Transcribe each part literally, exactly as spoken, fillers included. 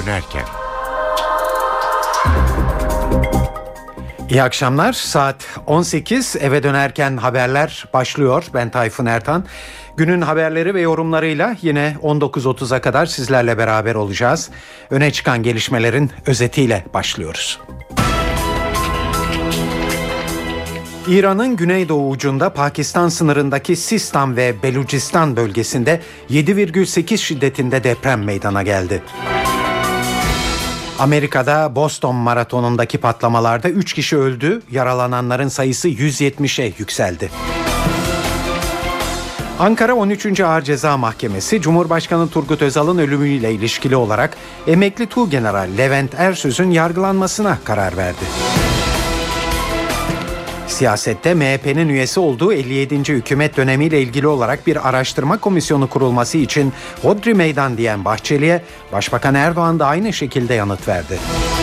dönerken. İyi akşamlar. Saat on sekiz, eve dönerken haberler başlıyor. Ben Tayfun Ertan. Günün haberleri ve yorumlarıyla yine on dokuz otuza kadar sizlerle beraber olacağız. Öne çıkan gelişmelerin özetiyle başlıyoruz. İran'ın güneydoğu ucunda Pakistan sınırındaki Sistan ve Belucistan bölgesinde yedi virgül sekiz şiddetinde deprem meydana geldi. Amerika'da Boston Maratonu'ndaki patlamalarda üç kişi öldü, yaralananların sayısı yüz yetmişe yükseldi. Ankara on üçüncü Ağır Ceza Mahkemesi, Cumhurbaşkanı Turgut Özal'ın ölümüyle ilişkili olarak emekli Tuğgeneral Levent Ersöz'ün yargılanmasına karar verdi. Siyasette M H P'nin üyesi olduğu elli yedinci hükümet dönemiyle ilgili olarak bir araştırma komisyonu kurulması için hodri meydan diyen Bahçeli'ye Başbakan Erdoğan da aynı şekilde yanıt verdi.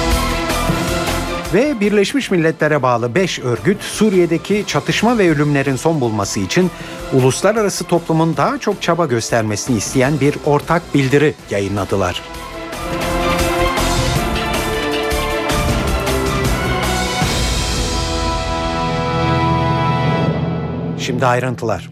Ve Birleşmiş Milletler'e bağlı beş örgüt Suriye'deki çatışma ve ölümlerin son bulması için uluslararası toplumun daha çok çaba göstermesini isteyen bir ortak bildiri yayınladılar. Şimdi ayrıntılar.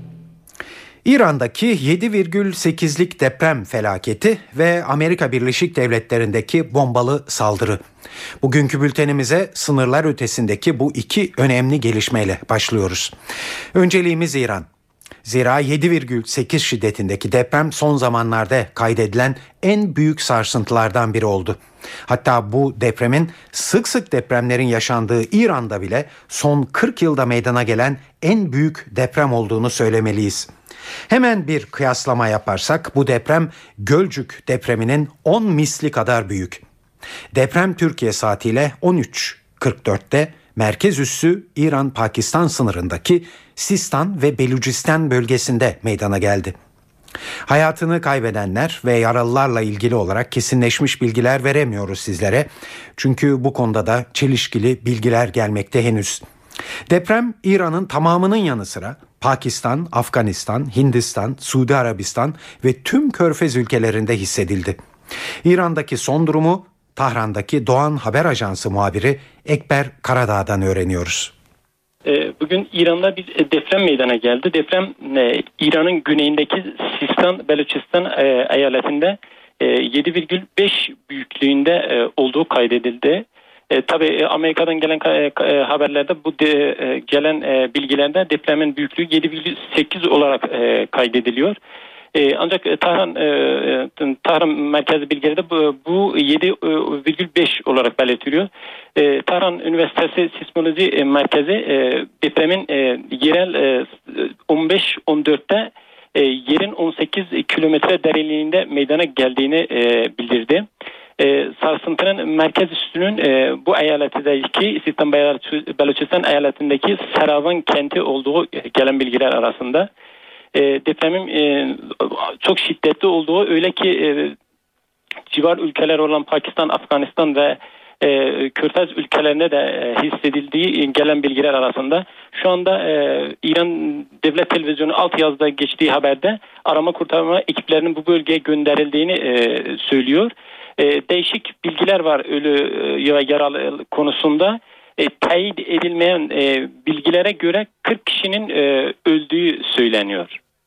İran'daki yedi virgül sekizlik deprem felaketi ve Amerika Birleşik Devletleri'ndeki bombalı saldırı. Bugünkü bültenimize sınırlar ötesindeki bu iki önemli gelişmeyle başlıyoruz. Önceliğimiz İran. Zira yedi virgül sekiz şiddetindeki deprem son zamanlarda kaydedilen en büyük sarsıntılardan biri oldu. Hatta bu depremin sık sık depremlerin yaşandığı İran'da bile son kırk yılda meydana gelen en büyük deprem olduğunu söylemeliyiz. Hemen bir kıyaslama yaparsak bu deprem Gölcük depreminin on misli kadar büyük. Deprem Türkiye saatiyle on üç kırk dörtte merkez üssü İran-Pakistan sınırındaki Sistan ve Belucistan bölgesinde meydana geldi. Hayatını kaybedenler ve yaralılarla ilgili olarak kesinleşmiş bilgiler veremiyoruz sizlere. Çünkü bu konuda da çelişkili bilgiler gelmekte henüz. Deprem İran'ın tamamının yanı sıra Pakistan, Afganistan, Hindistan, Suudi Arabistan ve tüm Körfez ülkelerinde hissedildi. İran'daki son durumu Tahran'daki Doğan Haber Ajansı muhabiri Ekber Karadağ'dan öğreniyoruz. Bugün İran'da bir deprem meydana geldi. Deprem İran'ın güneyindeki Sistan, Belucistan eyaletinde yedi virgül beş büyüklüğünde olduğu kaydedildi. E, tabii Amerika'dan gelen e, haberlerde bu de, e, gelen e, bilgilerde depremin büyüklüğü yedi virgül sekiz olarak e, kaydediliyor. E, ancak e, Tahran e, Tahran merkezi bilgilerde bu, bu yedi virgül beş olarak belirtiliyor. E, Tahran Üniversitesi Sismoloji e, Merkezi e, depremin e, yerel e, on beş on dörtte e, yerin on sekiz kilometre derinliğinde meydana geldiğini e, bildirdi. E, sarsıntının merkez üssünün e, bu eyaletteki Sistan Belucistan eyaletindeki Seravan kenti olduğu e, gelen bilgiler arasında. E, depremin e, çok şiddetli olduğu, öyle ki e, civar ülkeler olan Pakistan, Afganistan ve e, Körfez ülkelerinde de e, hissedildiği e, gelen bilgiler arasında. Şu anda e, İran Devlet Televizyonu altyazıda geçtiği haberde arama kurtarma ekiplerinin bu bölgeye gönderildiğini e, söylüyor. E, değişik bilgiler var ölü e, ve yaralı konusunda. E, teyit edilmeyen e, bilgilere göre kırk kişinin e, öldüğü söyleniyor.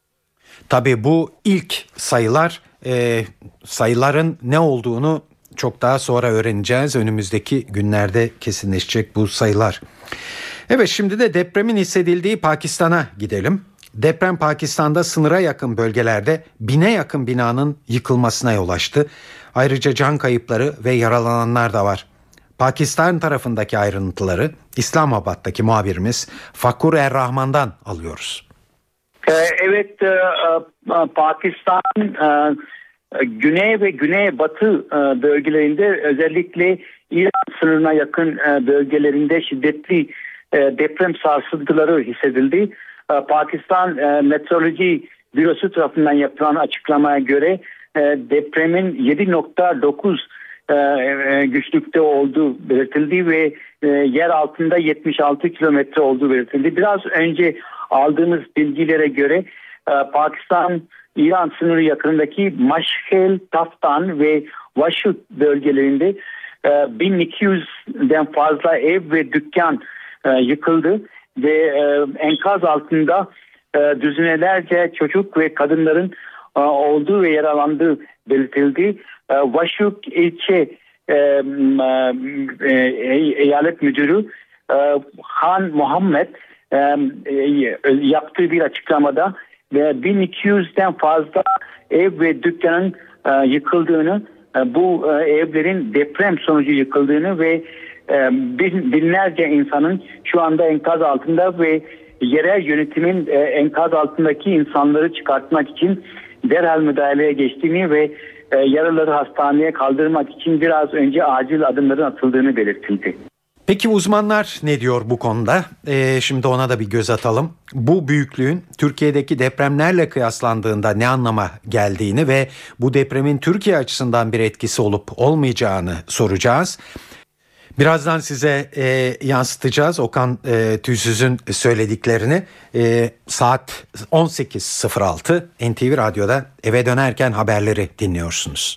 Tabii bu ilk sayılar, e, sayıların ne olduğunu çok daha sonra öğreneceğiz. Önümüzdeki günlerde kesinleşecek bu sayılar. Evet, şimdi de depremin hissedildiği Pakistan'a gidelim. Deprem Pakistan'da sınıra yakın bölgelerde bine yakın binanın yıkılmasına yol açtı. Ayrıca can kayıpları ve yaralananlar da var. Pakistan tarafındaki ayrıntıları İslamabad'daki muhabirimiz Fakur Errahman'dan alıyoruz. Evet, Pakistan güney ve güneybatı bölgelerinde, özellikle İran sınırına yakın bölgelerinde şiddetli deprem sarsıntıları hissedildi. Pakistan Meteoroloji Bürosu tarafından yapılan açıklamaya göre depremin yedi nokta dokuz güçlükte olduğu belirtildi ve yer altında yetmiş altı kilometre olduğu belirtildi. Biraz önce aldığımız bilgilere göre Pakistan İran sınırı yakınındaki Maşhel, Taftan ve Vaşut bölgelerinde bin iki yüzden fazla ev ve dükkan yıkıldı ve enkaz altında düzinelerce çocuk ve kadınların olduğu ve yaralandığı belirtildi. Vaşut ilçe eyalet müdürü Han Muhammed yaptığı bir açıklamada ve bin iki yüzden fazla ev ve dükkanın yıkıldığını, bu evlerin deprem sonucu yıkıldığını ve binlerce insanın şu anda enkaz altında ve yerel yönetimin enkaz altındaki insanları çıkartmak için derhal müdahaleye geçtiğini ve yaralıları hastaneye kaldırmak için biraz önce acil adımların atıldığını belirtildi. Peki uzmanlar ne diyor bu konuda? Ee, şimdi ona da bir göz atalım. Bu büyüklüğün Türkiye'deki depremlerle kıyaslandığında ne anlama geldiğini ve bu depremin Türkiye açısından bir etkisi olup olmayacağını soracağız. Birazdan size e, yansıtacağız Okan e, Tüysüz'ün söylediklerini. E, saat on sekiz sıfır altı N T V Radyo'da eve dönerken haberleri dinliyorsunuz.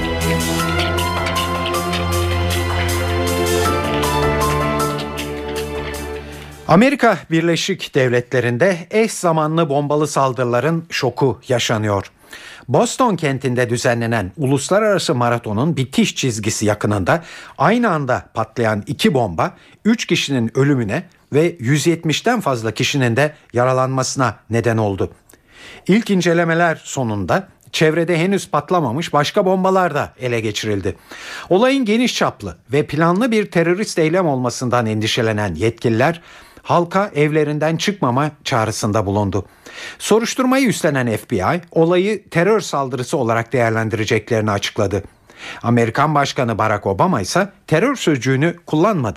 Amerika Birleşik Devletleri'nde eş zamanlı bombalı saldırıların şoku yaşanıyor. Boston kentinde düzenlenen uluslararası maratonun bitiş çizgisi yakınında aynı anda patlayan iki bomba üç kişinin ölümüne ve yüz yetmişten fazla kişinin de yaralanmasına neden oldu. İlk incelemeler sonunda çevrede henüz patlamamış başka bombalar da ele geçirildi. Olayın geniş çaplı ve planlı bir terörist eylem olmasından endişelenen yetkililer halka evlerinden çıkmama çağrısında bulundu. Soruşturmayı üstlenen F B I olayı terör saldırısı olarak değerlendireceklerini açıkladı. Amerikan Başkanı Barack Obama ise terör sözcüğünü kullanmadı.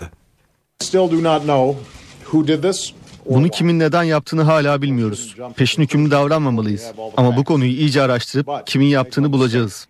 Bunu kimin neden yaptığını hala bilmiyoruz. Peşin hükümlü davranmamalıyız. Ama bu konuyu iyice araştırıp kimin yaptığını bulacağız.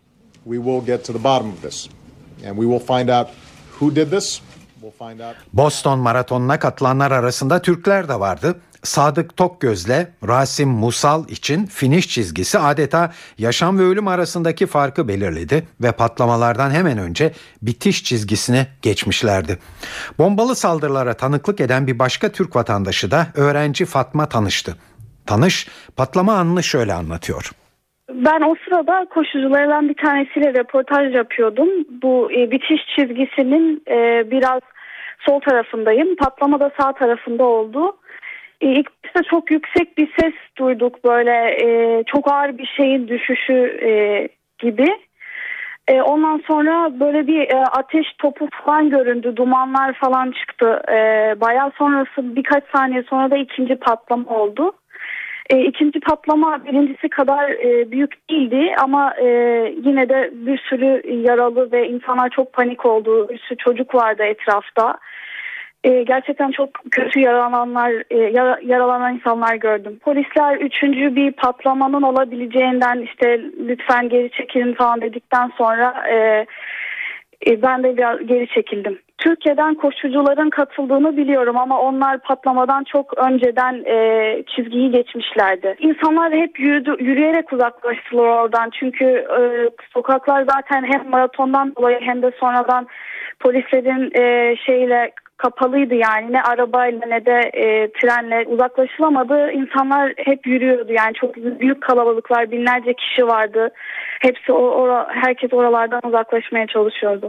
Boston Maratonu'na katılanlar arasında Türkler de vardı. Sadık Tokgöz'le Rasim Musal için finish çizgisi adeta yaşam ve ölüm arasındaki farkı belirledi ve patlamalardan hemen önce bitiş çizgisine geçmişlerdi. Bombalı saldırılara tanıklık eden bir başka Türk vatandaşı da öğrenci Fatma Tanış'tı. Tanış patlama anını şöyle anlatıyor. Ben o sırada koşuculardan bir tanesiyle röportaj yapıyordum. Bu e, bitiş çizgisinin e, biraz sol tarafındayım. Patlama da sağ tarafında oldu. E, ilk başta çok yüksek bir ses duyduk, böyle e, çok ağır bir şeyin düşüşü e, gibi. E, ondan sonra böyle bir e, ateş topu falan göründü, dumanlar falan çıktı. E, bayağı sonrası birkaç saniye sonra da ikinci patlama oldu. E, ikinci patlama birincisi kadar e, büyük değildi ama e, yine de bir sürü yaralı ve insanlar çok panik oldu. Bir sürü çocuk vardı etrafta. E, gerçekten çok kötü yaralananlar, e, yara, yaralanan insanlar gördüm. Polisler üçüncü bir patlamanın olabileceğinden işte lütfen geri çekilin falan dedikten sonra e, e, ben de biraz geri çekildim. Türkiye'den koşucuların katıldığını biliyorum ama onlar patlamadan çok önceden e, çizgiyi geçmişlerdi. İnsanlar hep yürüdü, yürüyerek uzaklaştılar oradan çünkü e, sokaklar zaten hem maratondan dolayı hem de sonradan polislerin e, şeyle kapalıydı, yani ne arabayla ne de e, trenle uzaklaşılamadı. İnsanlar hep yürüyordu, yani çok büyük kalabalıklar, binlerce kişi vardı. Hepsi o, or- herkes oralardan uzaklaşmaya çalışıyordu.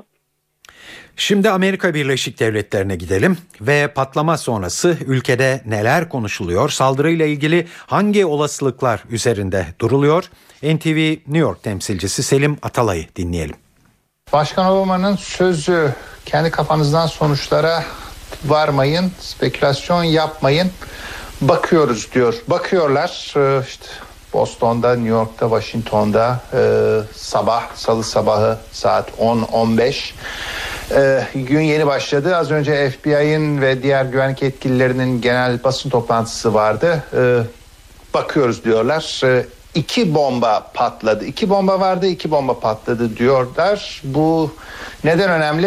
Şimdi Amerika Birleşik Devletleri'ne gidelim ve patlama sonrası ülkede neler konuşuluyor? Saldırıyla ilgili hangi olasılıklar üzerinde duruluyor? N T V New York temsilcisi Selim Atalay'ı dinleyelim. Başkan Obama'nın sözü, kendi kafanızdan sonuçlara varmayın, spekülasyon yapmayın, bakıyoruz diyor. Bakıyorlar işte Boston'da, New York'ta, Washington'da e, sabah, salı sabahı saat on on beş. E, gün yeni başladı. Az önce F B I'nin ve diğer güvenlik yetkililerinin genel basın toplantısı vardı. E, bakıyoruz diyorlar. E, iki bomba patladı. İki bomba vardı, iki bomba patladı diyorlar. Bu neden önemli?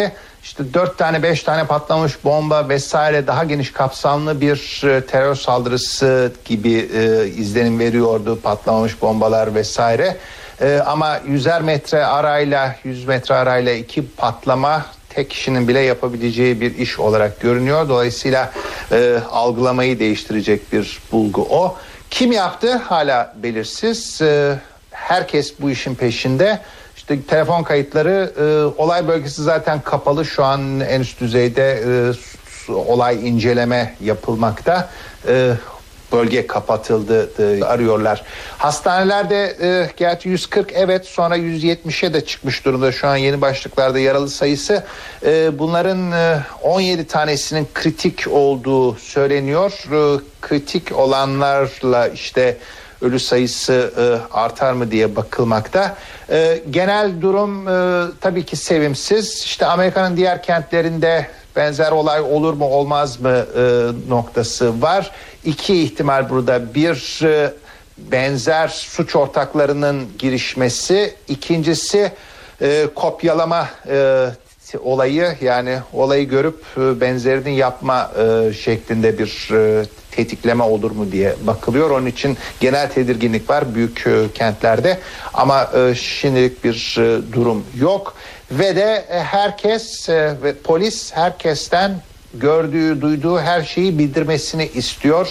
işte dört tane beş tane patlamış bomba vesaire daha geniş kapsamlı bir e, terör saldırısı gibi e, izlenim veriyordu, patlamamış bombalar vesaire. E, ama yüzer metre arayla yüz metre arayla iki patlama tek kişinin bile yapabileceği bir iş olarak görünüyor. Dolayısıyla e, algılamayı değiştirecek bir bulgu o. Kim yaptı hala belirsiz. E, herkes bu işin peşinde. İşte telefon kayıtları, e, olay bölgesi zaten kapalı. Şu an en üst düzeyde e, olay inceleme yapılmakta. E, bölge kapatıldı, e, arıyorlar. Hastanelerde e, gerçi yüz kırk evet, sonra yüz yetmişe de çıkmış durumda şu an yeni başlıklarda yaralı sayısı. E, bunların e, on yedi tanesinin kritik olduğu söyleniyor. E, kritik olanlarla işte ölü sayısı e, artar mı diye bakılmakta. E, genel durum e, tabii ki sevimsiz. İşte Amerika'nın diğer kentlerinde benzer olay olur mu olmaz mı e, noktası var. İki ihtimal burada. Bir, e, benzer suç ortaklarının girişmesi. İkincisi e, kopyalama e, olayı, yani olayı görüp e, benzerini yapma e, şeklinde bir e, tetikleme olur mu diye bakılıyor. Onun için genel tedirginlik var büyük e, kentlerde ama e, şimdilik bir e, durum yok. Ve de e, herkes e, ve polis herkesten gördüğü, duyduğu her şeyi bildirmesini istiyor.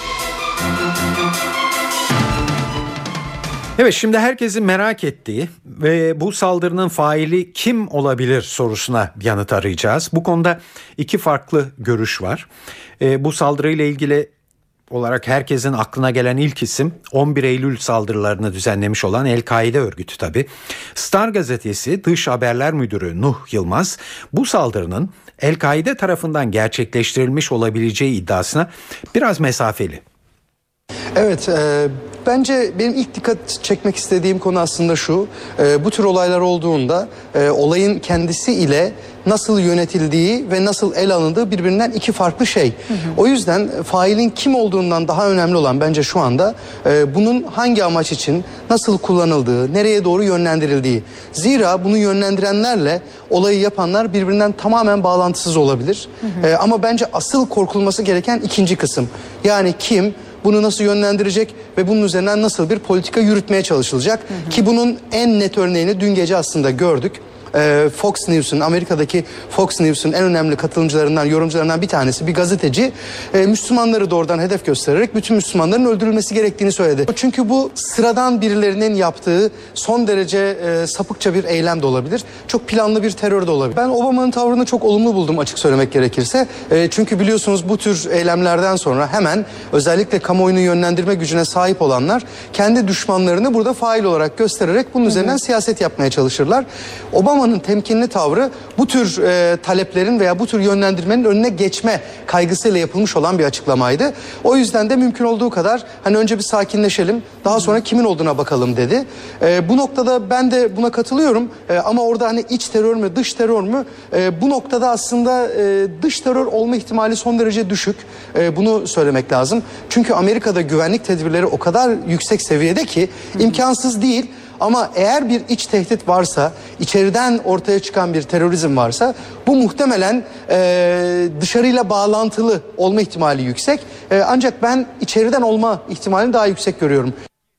Evet, şimdi herkesin merak ettiği ve bu saldırının faili kim olabilir sorusuna yanıt arayacağız. Bu konuda iki farklı görüş var. E, bu saldırıyla ilgili olarak herkesin aklına gelen ilk isim on bir Eylül saldırılarını düzenlemiş olan El-Kaide örgütü tabii. Star gazetesi Dış Haberler Müdürü Nuh Yılmaz bu saldırının El-Kaide tarafından gerçekleştirilmiş olabileceği iddiasına biraz mesafeli. Evet, e, bence benim ilk dikkat çekmek istediğim konu aslında şu. E, bu tür olaylar olduğunda e, olayın kendisi ile nasıl yönetildiği ve nasıl el alındığı birbirinden iki farklı şey. Hı hı. O yüzden failin kim olduğundan daha önemli olan bence şu anda e, bunun hangi amaç için nasıl kullanıldığı, nereye doğru yönlendirildiği. Zira bunu yönlendirenlerle olayı yapanlar birbirinden tamamen bağlantısız olabilir. Hı hı. E, ama bence asıl korkulması gereken ikinci kısım. Yani kim bunu nasıl yönlendirecek ve bunun üzerinden nasıl bir politika yürütmeye çalışılacak? Hı hı. Ki bunun en net örneğini dün gece aslında gördük. Fox News'un, Amerika'daki Fox News'un en önemli katılımcılarından, yorumcularından bir tanesi, bir gazeteci Müslümanları doğrudan hedef göstererek bütün Müslümanların öldürülmesi gerektiğini söyledi. Çünkü bu sıradan birilerinin yaptığı son derece sapıkça bir eylem de olabilir. Çok planlı bir terör de olabilir. Ben Obama'nın tavrını çok olumlu buldum açık söylemek gerekirse. Çünkü biliyorsunuz bu tür eylemlerden sonra hemen özellikle kamuoyunu yönlendirme gücüne sahip olanlar kendi düşmanlarını burada fail olarak göstererek bunun üzerinden hı hı. siyaset yapmaya çalışırlar. Obama Obama'nın temkinli tavrı bu tür e, taleplerin veya bu tür yönlendirmenin önüne geçme kaygısıyla yapılmış olan bir açıklamaydı. O yüzden de mümkün olduğu kadar hani önce bir sakinleşelim, daha sonra kimin olduğuna bakalım dedi. E, bu noktada ben de buna katılıyorum e, ama orada hani iç terör mü dış terör mü e, bu noktada aslında e, dış terör olma ihtimali son derece düşük. E, bunu söylemek lazım. Çünkü Amerika'da güvenlik tedbirleri o kadar yüksek seviyede ki imkansız değil. Ama eğer bir iç tehdit varsa, içeriden ortaya çıkan bir terörizm varsa bu muhtemelen e, dışarıyla bağlantılı olma ihtimali yüksek. E, ancak ben içeriden olma ihtimalini daha yüksek görüyorum.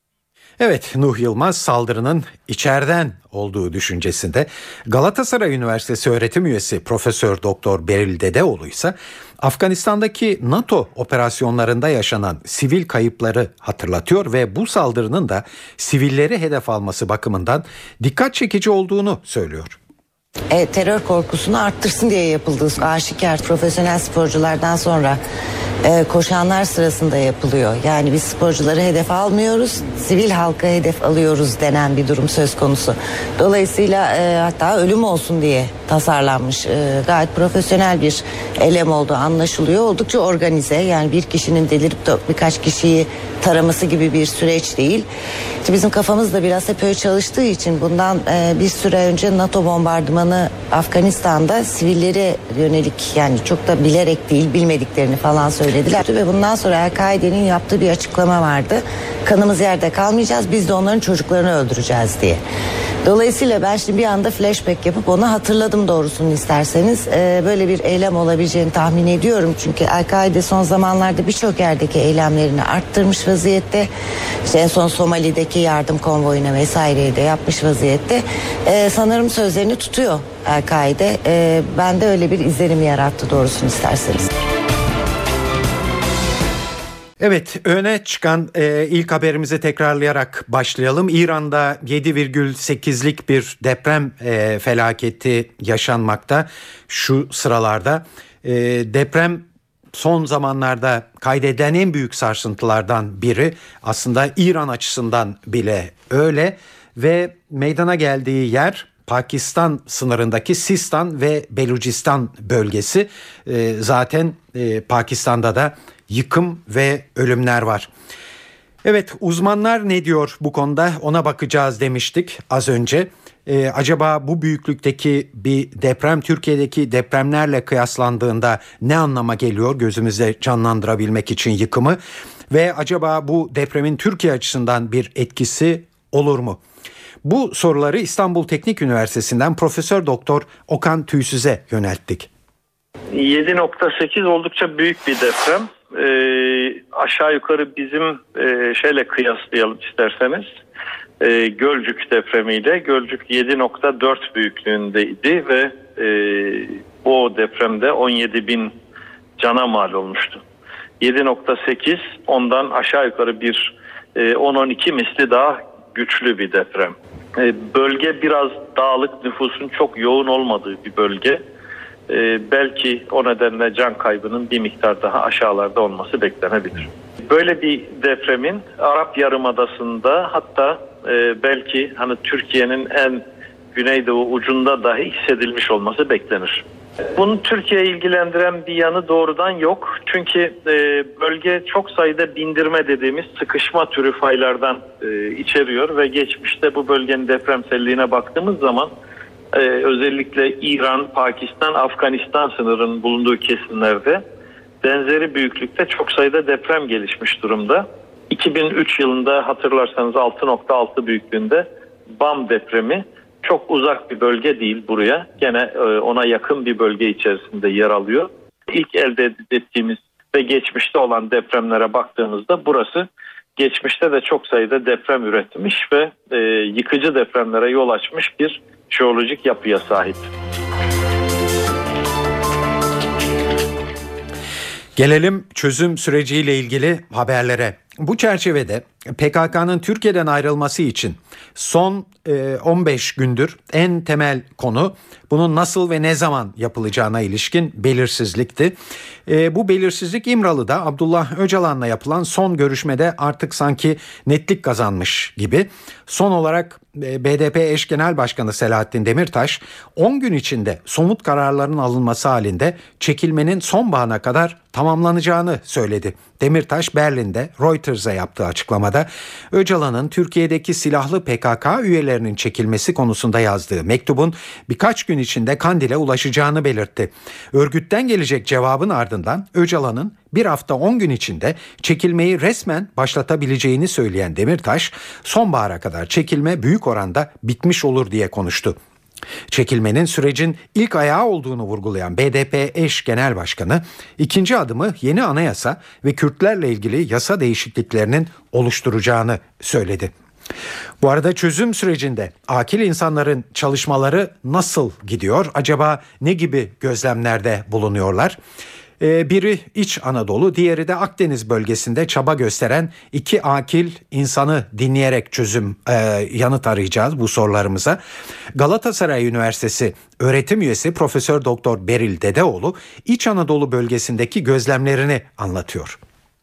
Evet, Nuh Yılmaz saldırının içeriden olduğu düşüncesinde. Galatasaray Üniversitesi öğretim üyesi Profesör Doktor Beril Dedeoğlu ise Afganistan'daki NATO operasyonlarında yaşanan sivil kayıpları hatırlatıyor ve bu saldırının da sivilleri hedef alması bakımından dikkat çekici olduğunu söylüyor. E, terör korkusunu arttırsın diye yapıldığı aşikar. Profesyonel sporculardan sonra e, koşanlar sırasında yapılıyor. Yani biz sporcuları hedef almıyoruz, sivil halka hedef alıyoruz denen bir durum söz konusu. Dolayısıyla e, hatta ölüm olsun diye tasarlanmış. E, gayet profesyonel bir eylem olduğu anlaşılıyor. Oldukça organize, yani bir kişinin delirip de birkaç kişiyi taraması gibi bir süreç değil. İşte bizim kafamız da biraz hep öyle çalıştığı için bundan e, bir süre önce NATO bombardımanı Afganistan'da sivillere yönelik, yani çok da bilerek değil bilmediklerini falan söylediler. Ve bundan sonra El-Kaide'nin yaptığı bir açıklama vardı. Kanımız yerde kalmayacağız, biz de onların çocuklarını öldüreceğiz diye. Dolayısıyla ben şimdi bir anda flashback yapıp onu hatırladım sanırım doğrusunu isterseniz e, böyle bir eylem olabileceğini tahmin ediyorum. Çünkü El-Kaide son zamanlarda birçok yerdeki eylemlerini arttırmış vaziyette. İşte en son Somali'deki yardım konvoyuna vesaireyi de yapmış vaziyette. E, sanırım sözlerini tutuyor El-Kaide. E, ben de öyle bir izlenim yarattı doğrusunu isterseniz. Evet, öne çıkan e, ilk haberimizi tekrarlayarak başlayalım. İran'da yedi virgül sekizlik bir deprem e, felaketi yaşanmakta şu sıralarda. E, deprem son zamanlarda kaydedilen en büyük sarsıntılardan biri. Aslında İran açısından bile öyle ve meydana geldiği yer Pakistan sınırındaki Sistan ve Belucistan bölgesi. E, zaten e, Pakistan'da da yıkım ve ölümler var. Evet, uzmanlar ne diyor bu konuda, ona bakacağız demiştik az önce. Ee, acaba bu büyüklükteki bir deprem Türkiye'deki depremlerle kıyaslandığında ne anlama geliyor, gözümüzde canlandırabilmek için yıkımı? Ve acaba bu depremin Türkiye açısından bir etkisi olur mu? Bu soruları İstanbul Teknik Üniversitesi'nden Profesör Doktor Okan Tüysüz'e yönelttik. yedi nokta sekiz oldukça büyük bir deprem. Ee, aşağı yukarı bizim e, şeyle kıyaslayalım isterseniz. Ee, Gölcük depremiyle. Gölcük yedi nokta dört büyüklüğündeydi ve e, o depremde on yedi bin cana mal olmuştu. yedi nokta sekiz ondan aşağı yukarı bir e, on on iki misli daha güçlü bir deprem. E, bölge biraz dağlık, nüfusun çok yoğun olmadığı bir bölge. Ee, belki o nedenle can kaybının bir miktar daha aşağılarda olması beklenebilir. Böyle bir depremin Arap Yarımadası'nda, hatta e, belki hani Türkiye'nin en güneydoğu ucunda dahi hissedilmiş olması beklenir. Bunun Türkiye'yi ilgilendiren bir yanı doğrudan yok. Çünkü e, bölge çok sayıda bindirme dediğimiz sıkışma türü faylardan e, içeriyor ve geçmişte bu bölgenin depremselliğine baktığımız zaman Ee, özellikle İran, Pakistan, Afganistan sınırının bulunduğu kesimlerde benzeri büyüklükte çok sayıda deprem gelişmiş durumda. iki bin üç yılında hatırlarsanız altı nokta altı büyüklüğünde Bam depremi, çok uzak bir bölge değil buraya. Gene e, ona yakın bir bölge içerisinde yer alıyor. İlk elde ettiğimiz ve geçmişte olan depremlere baktığımızda burası geçmişte de çok sayıda deprem üretmiş ve e, yıkıcı depremlere yol açmış bir jeolojik yapıya sahip. Gelelim çözüm süreciyle ilgili haberlere. Bu çerçevede P K K'nın Türkiye'den ayrılması için son on beş gündür en temel konu bunun nasıl ve ne zaman yapılacağına ilişkin belirsizlikti. Bu belirsizlik İmralı'da Abdullah Öcalan'la yapılan son görüşmede artık sanki netlik kazanmış gibi. Son olarak B D P eş genel başkanı Selahattin Demirtaş on gün içinde somut kararların alınması halinde çekilmenin sonbaharına kadar tamamlanacağını söyledi. Demirtaş Berlin'de Reuters'a yaptığı açıklamada Öcalan'ın Türkiye'deki silahlı P K K üyelerinin çekilmesi konusunda yazdığı mektubun birkaç gün içinde Kandil'e ulaşacağını belirtti. Örgütten gelecek cevabın ardından Öcalan'ın bir hafta on gün içinde çekilmeyi resmen başlatabileceğini söyleyen Demirtaş, sonbahara kadar çekilme büyük oranda bitmiş olur diye konuştu. Çekilmenin sürecin ilk ayağı olduğunu vurgulayan B D P eş genel başkanı, ikinci adımı yeni anayasa ve Kürtlerle ilgili yasa değişikliklerinin oluşturacağını söyledi. Bu arada çözüm sürecinde akil insanların çalışmaları nasıl gidiyor? Acaba ne gibi gözlemlerde bulunuyorlar? Biri İç Anadolu, diğeri de Akdeniz bölgesinde çaba gösteren iki akil insanı dinleyerek çözüm e, yanıt arayacağız bu sorularımıza. Galatasaray Üniversitesi öğretim üyesi Profesör Doktor Beril Dedeoğlu İç Anadolu bölgesindeki gözlemlerini anlatıyor.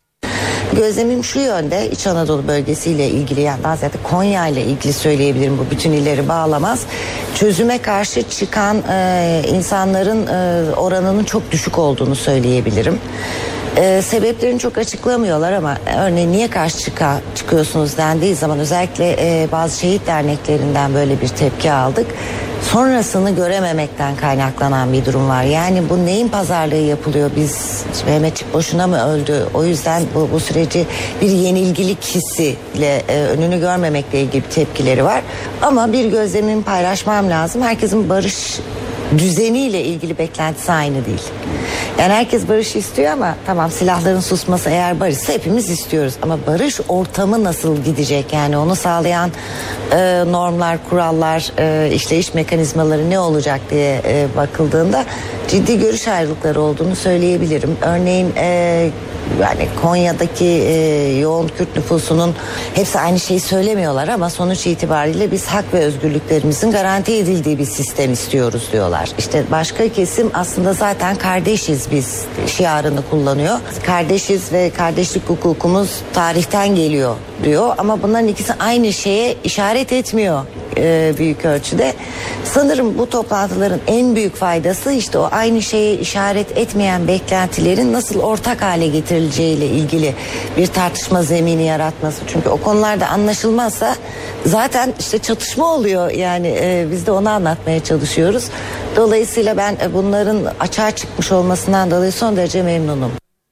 Gözlemim şu yönde, İç Anadolu bölgesiyle ilgili, yani daha ziyade Konya ile ilgili söyleyebilirim, bu bütün illeri bağlamaz. Çözüme karşı çıkan e, insanların e, oranının çok düşük olduğunu söyleyebilirim. E, sebeplerini çok açıklamıyorlar ama örneğin niye karşı çıka, çıkıyorsunuz dendiği zaman özellikle e, bazı şehit derneklerinden böyle bir tepki aldık. Sonrasını görememekten kaynaklanan bir durum var. Yani bu neyin pazarlığı yapılıyor? Biz Mehmetçik boşuna mı öldü? O yüzden bu, bu süreci bir yenilgilik hissiyle e, önünü görmemekle ilgili tepkileri var. Ama bir gözlemimi paylaşmam lazım. Herkesin barış düzeniyle ilgili beklentisi aynı değil. Yani herkes barış istiyor ama tamam, silahların susması eğer barışsa hepimiz istiyoruz. Ama barış ortamı nasıl gidecek, yani onu sağlayan e, normlar, kurallar, e, işleyiş mekanizmaları ne olacak diye e, bakıldığında ciddi görüş ayrılıkları olduğunu söyleyebilirim. Örneğin e, yani Konya'daki e, yoğun Kürt nüfusunun hepsi aynı şeyi söylemiyorlar ama sonuç itibariyle biz hak ve özgürlüklerimizin garanti edildiği bir sistem istiyoruz diyorlar. İşte başka kesim aslında zaten kardeşiz biz şiarını kullanıyor. Kardeşiz ve kardeşlik hukukumuz tarihten geliyor diyor ama bunların ikisi aynı şeye işaret etmiyor e, büyük ölçüde. Sanırım bu toplantıların en büyük faydası işte o aynı şeye işaret etmeyen beklentilerin nasıl ortak hale getirileceğiyle ilgili bir tartışma zemini yaratması. Çünkü o konularda anlaşılmazsa zaten işte çatışma oluyor. Yani e, biz de onu anlatmaya çalışıyoruz. Dolayısıyla ben e, bunların açığa çıkmış olmasından dolayı son derece memnunum.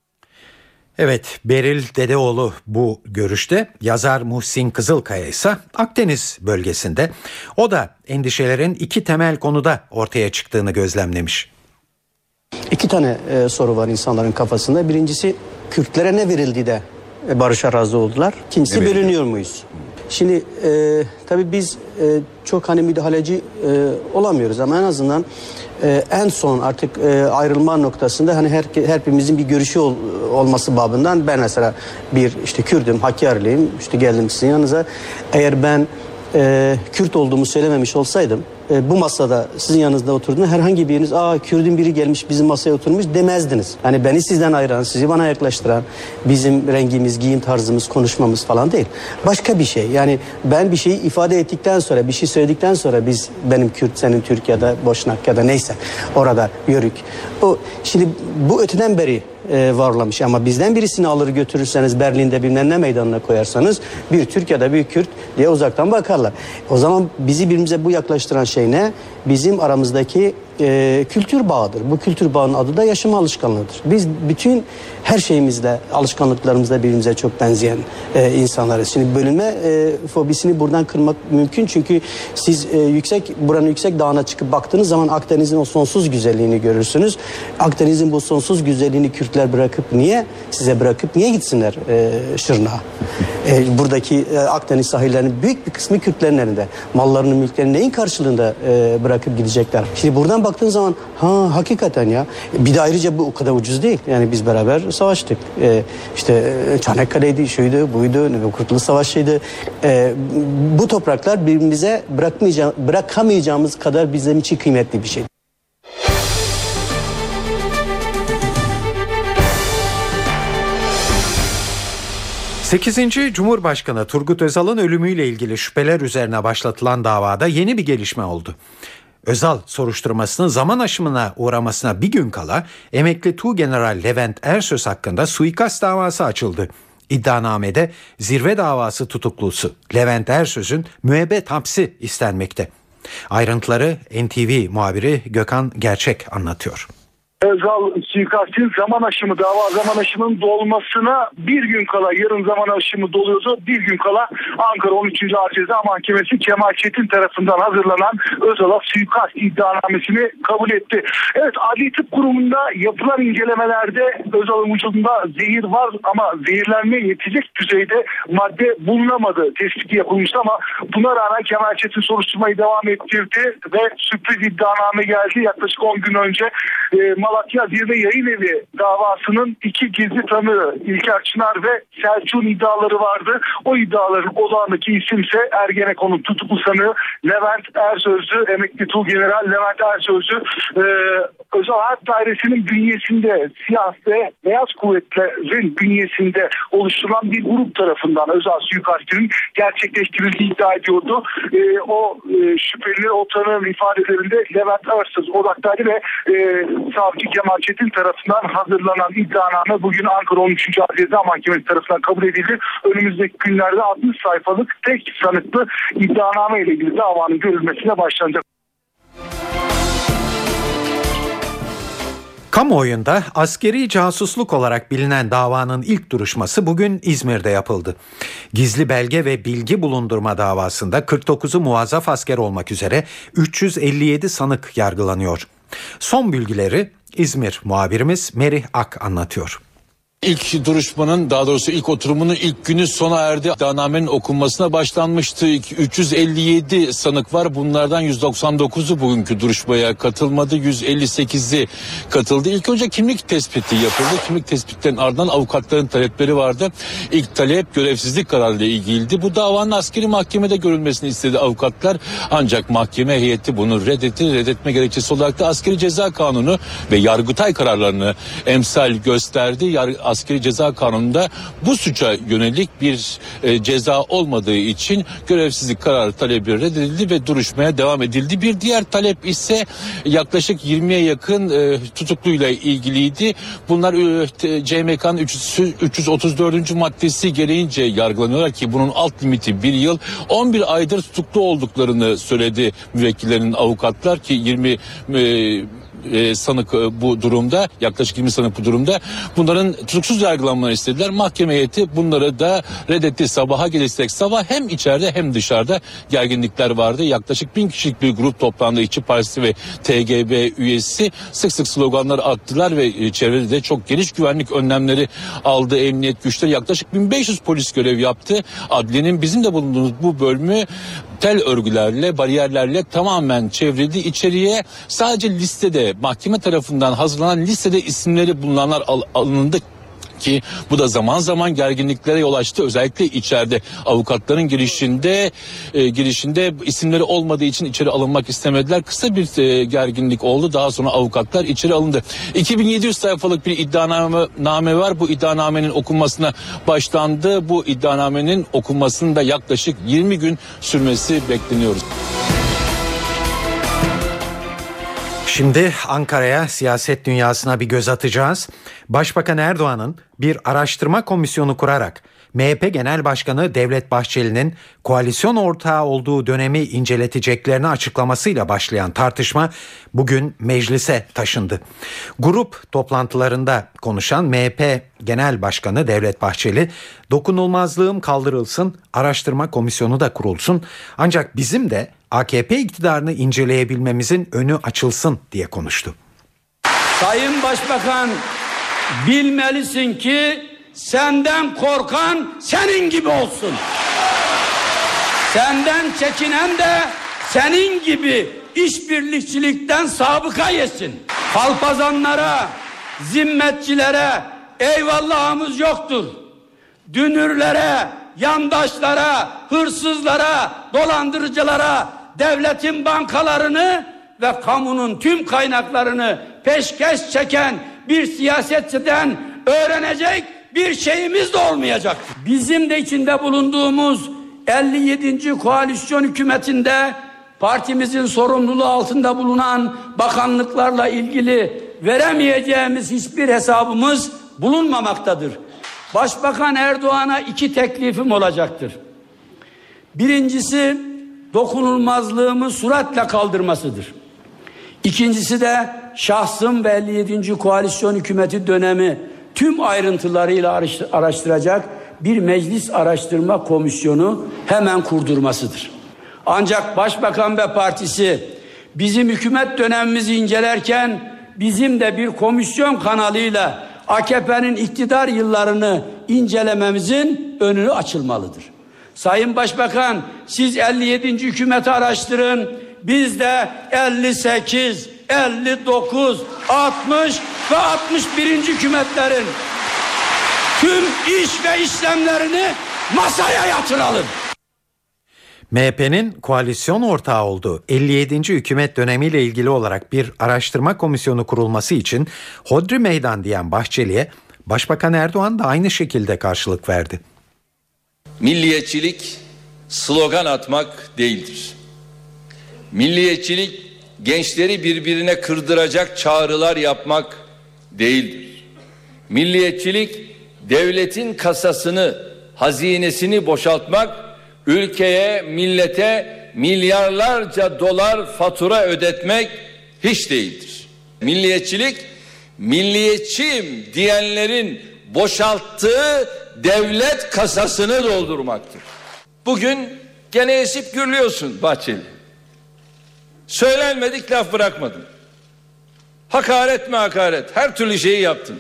Evet, Beril Dedeoğlu bu görüşte. Yazar Muhsin Kızılkaya ise Akdeniz bölgesinde. O da endişelerin iki temel konuda ortaya çıktığını gözlemlemiş. İki tane e, soru var insanların kafasında. Birincisi, Kürtlere ne verildi de e, barışa razı oldular? İkincisi, bölünüyor muyuz? Şimdi e, tabii biz e, çok hani müdahaleci e, olamıyoruz ama en azından e, en son artık e, ayrılma noktasında hani her hepimizin bir görüşü ol, olması babından ben mesela bir işte Kürdüm, Hakkari'liyim, işte geldim sizin yanınıza. Eğer ben e, Kürt olduğumu söylememiş olsaydım e, bu masada sizin yanınızda oturduğunda herhangi biriniz aa Kürt'ün biri gelmiş bizim masaya oturmuş demezdiniz. Hani beni sizden ayıran, sizi bana yaklaştıran bizim rengimiz, giyim tarzımız, konuşmamız falan değil. Başka bir şey. Yani ben bir şeyi ifade ettikten sonra, bir şey söyledikten sonra biz benim Kürt, senin Türk ya da Boşnak ya da neyse orada Yörük. O şimdi bu öteden beri e, varlamış ama bizden birisini alır götürürseniz Berlin'de bilmem ne meydanına koyarsanız bir Türk ya da bir Kürt diye uzaktan bakarlar. O zaman bizi birbirimize bu yaklaştıran şey ne? Bizim aramızdaki e, kültür bağıdır. Bu kültür bağının adı da yaşama alışkanlığıdır. Biz bütün her şeyimizle, alışkanlıklarımızla birbirimize çok benzeyen e, insanlarız. Şimdi bölünme e, fobisini buradan kırmak mümkün. Çünkü siz e, yüksek, buranın yüksek dağına çıkıp baktığınız zaman Akdeniz'in o sonsuz güzelliğini görürsünüz. Akdeniz'in bu sonsuz güzelliğini Kürtler bırakıp niye, size bırakıp niye gitsinler e, Şırnak'a? E, buradaki e, Akdeniz sahillerinin büyük bir kısmı Kürtlerin elinde. Mallarını, mülklerini neyin karşılığında e, bırakıp gidecekler? Şimdi buradan baktığın zaman ha hakikaten ya. Bir de ayrıca bu o kadar ucuz değil. Yani biz beraber savaştık. E, işte Çanakkale'ydi, şuydu, buydu, Kurtuluş Savaşı'ydı. E, bu topraklar birbirimize bırakmayacağım, bırakamayacağımız kadar bizim için kıymetli bir şey. sekizinci Cumhurbaşkanı Turgut Özal'ın ölümüyle ilgili şüpheler üzerine başlatılan davada yeni bir gelişme oldu. Özal soruşturmasının zaman aşımına uğramasına bir gün kala emekli Tuğgeneral Levent Ersöz hakkında suikast davası açıldı. İddianamede zirve davası tutuklusu Levent Ersöz'ün müebbet hapsi istenmekte. Ayrıntıları N T V muhabiri Gökhan Gerçek anlatıyor. Özal suikastin zaman aşımı, dava zaman aşımının dolmasına bir gün kala, yarın zaman aşımı doluyordu. Bir gün kala Ankara on üçüncü Ağır Ceza Mahkemesi Kemal Çetin tarafından hazırlanan Özal'a suikast iddianamesini kabul etti. Evet, Adli Tıp Kurumu'nda yapılan incelemelerde Özal'ın vücudunda zehir var ama zehirlenmeye yetecek düzeyde madde bulunamadı tespiti yapılmıştı ama buna rağmen Kemal Çetin soruşturmayı devam ettirdi ve sürpriz iddianame geldi yaklaşık on gün önce. E, Malatya Zirve Yayın Evi davasının iki gizli tanığı İlker Çınar ve Selçuk'un iddiaları vardı. O iddiaların odağındaki isimse Ergenekon'un tutuklu sanığı Levent Ersöz'ü, emekli Tuğgeneral Levent Ersöz'ü. Ee, Özel Harp Dairesi'nin bünyesinde, siyah ve beyaz kuvvetlerin bünyesinde oluşturulan bir grup tarafından özel suikastinin gerçekleştirildiği iddia ediyordu. Ee, o e, şüpheli, o tanığın ifadelerinde Levent Ersöz odaktaydı ve e, Savcı Kemal Çetin tarafından hazırlanan iddianame bugün Ankara on üçüncü Ağır Ceza Mahkemesi tarafından kabul edildi. Önümüzdeki günlerde altmış sayfalık tek sanıklı iddianame ile ilgili davanın görülmesine başlanacak. Kamuoyunda askeri casusluk olarak bilinen davanın ilk duruşması bugün İzmir'de yapıldı. Gizli belge ve bilgi bulundurma davasında kırk dokuzu muvazzaf asker olmak üzere üç yüz elli yedi sanık yargılanıyor. Son bilgileri İzmir muhabirimiz Merih Ak anlatıyor. İlk duruşmanın, daha doğrusu ilk oturumunun ilk günü sona erdi. İddianamenin okunmasına başlanmıştı. üç yüz elli yedi sanık var. Bunlardan yüz doksan dokuzu bugünkü duruşmaya katılmadı. yüz elli sekizi katıldı. İlk önce kimlik tespiti yapıldı. Kimlik tespitlerinin ardından avukatların talepleri vardı. İlk talep görevsizlik kararıyla ilgiliydi. Bu davanın askeri mahkemede görülmesini istedi avukatlar. Ancak mahkeme heyeti bunu reddetti. Reddetme gerekçesi olarak da askeri ceza kanunu ve Yargıtay kararlarını emsal gösterdi. Yargı Askeri Ceza Kanunu'nda bu suça yönelik bir e, ceza olmadığı için görevsizlik kararı talebi reddedildi ve duruşmaya devam edildi. Bir diğer talep ise yaklaşık yirmiye yakın e, tutukluyla ilgiliydi. Bunlar e, C M K'nın üç yüz otuz dördüncü maddesi gereğince yargılanıyorlar ki bunun alt limiti bir yıl. on bir aydır tutuklu olduklarını söyledi müvekkillerin avukatlar ki yirmi e, E, sanık e, bu durumda, yaklaşık yirmi sanık bu durumda. Bunların tutuksuz yargılanmalarını istediler. Mahkeme heyeti bunları da reddetti. Sabaha gelirsek sabah hem içeride hem dışarıda gerginlikler vardı. Yaklaşık bin kişilik bir grup toplandı. İşçi Partisi ve T G B üyesi sık sık sloganlar attılar ve e, çevrede de çok geniş güvenlik önlemleri aldı emniyet güçleri. Yaklaşık bin beş yüz polis görev yaptı. Adliyenin bizim de bulunduğumuz bu bölümü tel örgülerle, bariyerlerle tamamen çevrildi. İçeriye sadece listede, mahkeme tarafından hazırlanan listede isimleri bulunanlar al- alındı. Ki bu da zaman zaman gerginliklere yol açtı. Özellikle içeride avukatların girişinde e, girişinde isimleri olmadığı için içeri alınmak istemediler. Kısa bir e, gerginlik oldu. Daha sonra avukatlar içeri alındı. iki bin yedi yüz sayfalık bir iddianame name var. Bu iddianamenin okunmasına başlandı. Bu iddianamenin okunmasının da yaklaşık yirmi gün sürmesi bekleniyor. Şimdi Ankara'ya, siyaset dünyasına bir göz atacağız. Başbakan Erdoğan'ın bir araştırma komisyonu kurarak M H P Genel Başkanı Devlet Bahçeli'nin koalisyon ortağı olduğu dönemi inceleteceklerini açıklamasıyla başlayan tartışma bugün meclise taşındı. Grup toplantılarında konuşan M H P Genel Başkanı Devlet Bahçeli, dokunulmazlığım kaldırılsın, araştırma komisyonu da kurulsun, ancak bizim de A K P iktidarını inceleyebilmemizin önü açılsın diye konuştu. Sayın Başbakan, bilmelisin ki senden korkan senin gibi olsun. Senden çekinen de senin gibi işbirlikçilikten sabıka yesin. Kalpazanlara, zimmetçilere eyvallahımız yoktur. Dünürlere, yandaşlara, hırsızlara, dolandırıcılara devletin bankalarını ve kamunun tüm kaynaklarını peşkeş çeken bir siyasetçiden öğrenecek bir şeyimiz de olmayacak. Bizim de içinde bulunduğumuz elli yedinci koalisyon hükümetinde partimizin sorumluluğu altında bulunan bakanlıklarla ilgili veremeyeceğimiz hiçbir hesabımız bulunmamaktadır. Başbakan Erdoğan'a iki teklifim olacaktır. Birincisi dokunulmazlığımı süratle kaldırmasıdır. İkincisi de şahsım ve elli yedinci koalisyon hükümeti dönemi tüm ayrıntılarıyla araştıracak bir meclis araştırma komisyonu hemen kurdurmasıdır. Ancak Başbakan ve partisi bizim hükümet dönemimizi incelerken bizim de bir komisyon kanalıyla A K P'nin iktidar yıllarını incelememizin önü açılmalıdır. Sayın Başbakan, siz elli yedinci hükümeti araştırın. Biz de elli sekiz, elli dokuz, altmış ve altmış birinci hükümetlerin tüm iş ve işlemlerini masaya yatıralım. M H P'nin koalisyon ortağı olduğu elli yedinci hükümet dönemiyle ilgili olarak bir araştırma komisyonu kurulması için hodri meydan diyen Bahçeli'ye Başbakan Erdoğan da aynı şekilde karşılık verdi. Milliyetçilik slogan atmak değildir. Milliyetçilik gençleri birbirine kırdıracak çağrılar yapmak değildir. Milliyetçilik devletin kasasını, hazinesini boşaltmak, ülkeye, millete milyarlarca dolar fatura ödetmek hiç değildir. Milliyetçilik milliyetçiyim diyenlerin boşalttığı devlet kasasını doldurmaktır. Bugün gene esip gürlüyorsun Bahçeli. Söylenmedik laf bırakmadın. Hakaret mi hakaret? Her türlü şeyi yaptın.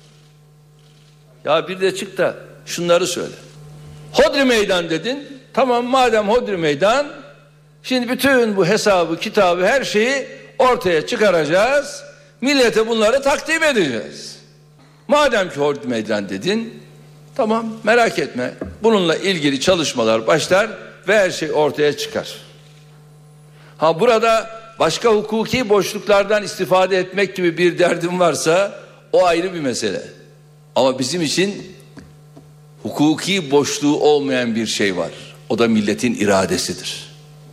Ya bir de çık da şunları söyle. Hodri meydan dedin. Tamam, madem hodri meydan, şimdi bütün bu hesabı, kitabı, her şeyi ortaya çıkaracağız. Millete bunları takdim edeceğiz. Madem ki hodri meydan dedin, tamam, merak etme. Bununla ilgili çalışmalar başlar ve her şey ortaya çıkar. Ha, burada başka hukuki boşluklardan istifade etmek gibi bir derdim varsa o ayrı bir mesele. Ama bizim için hukuki boşluğu olmayan bir şey var. O da milletin iradesidir.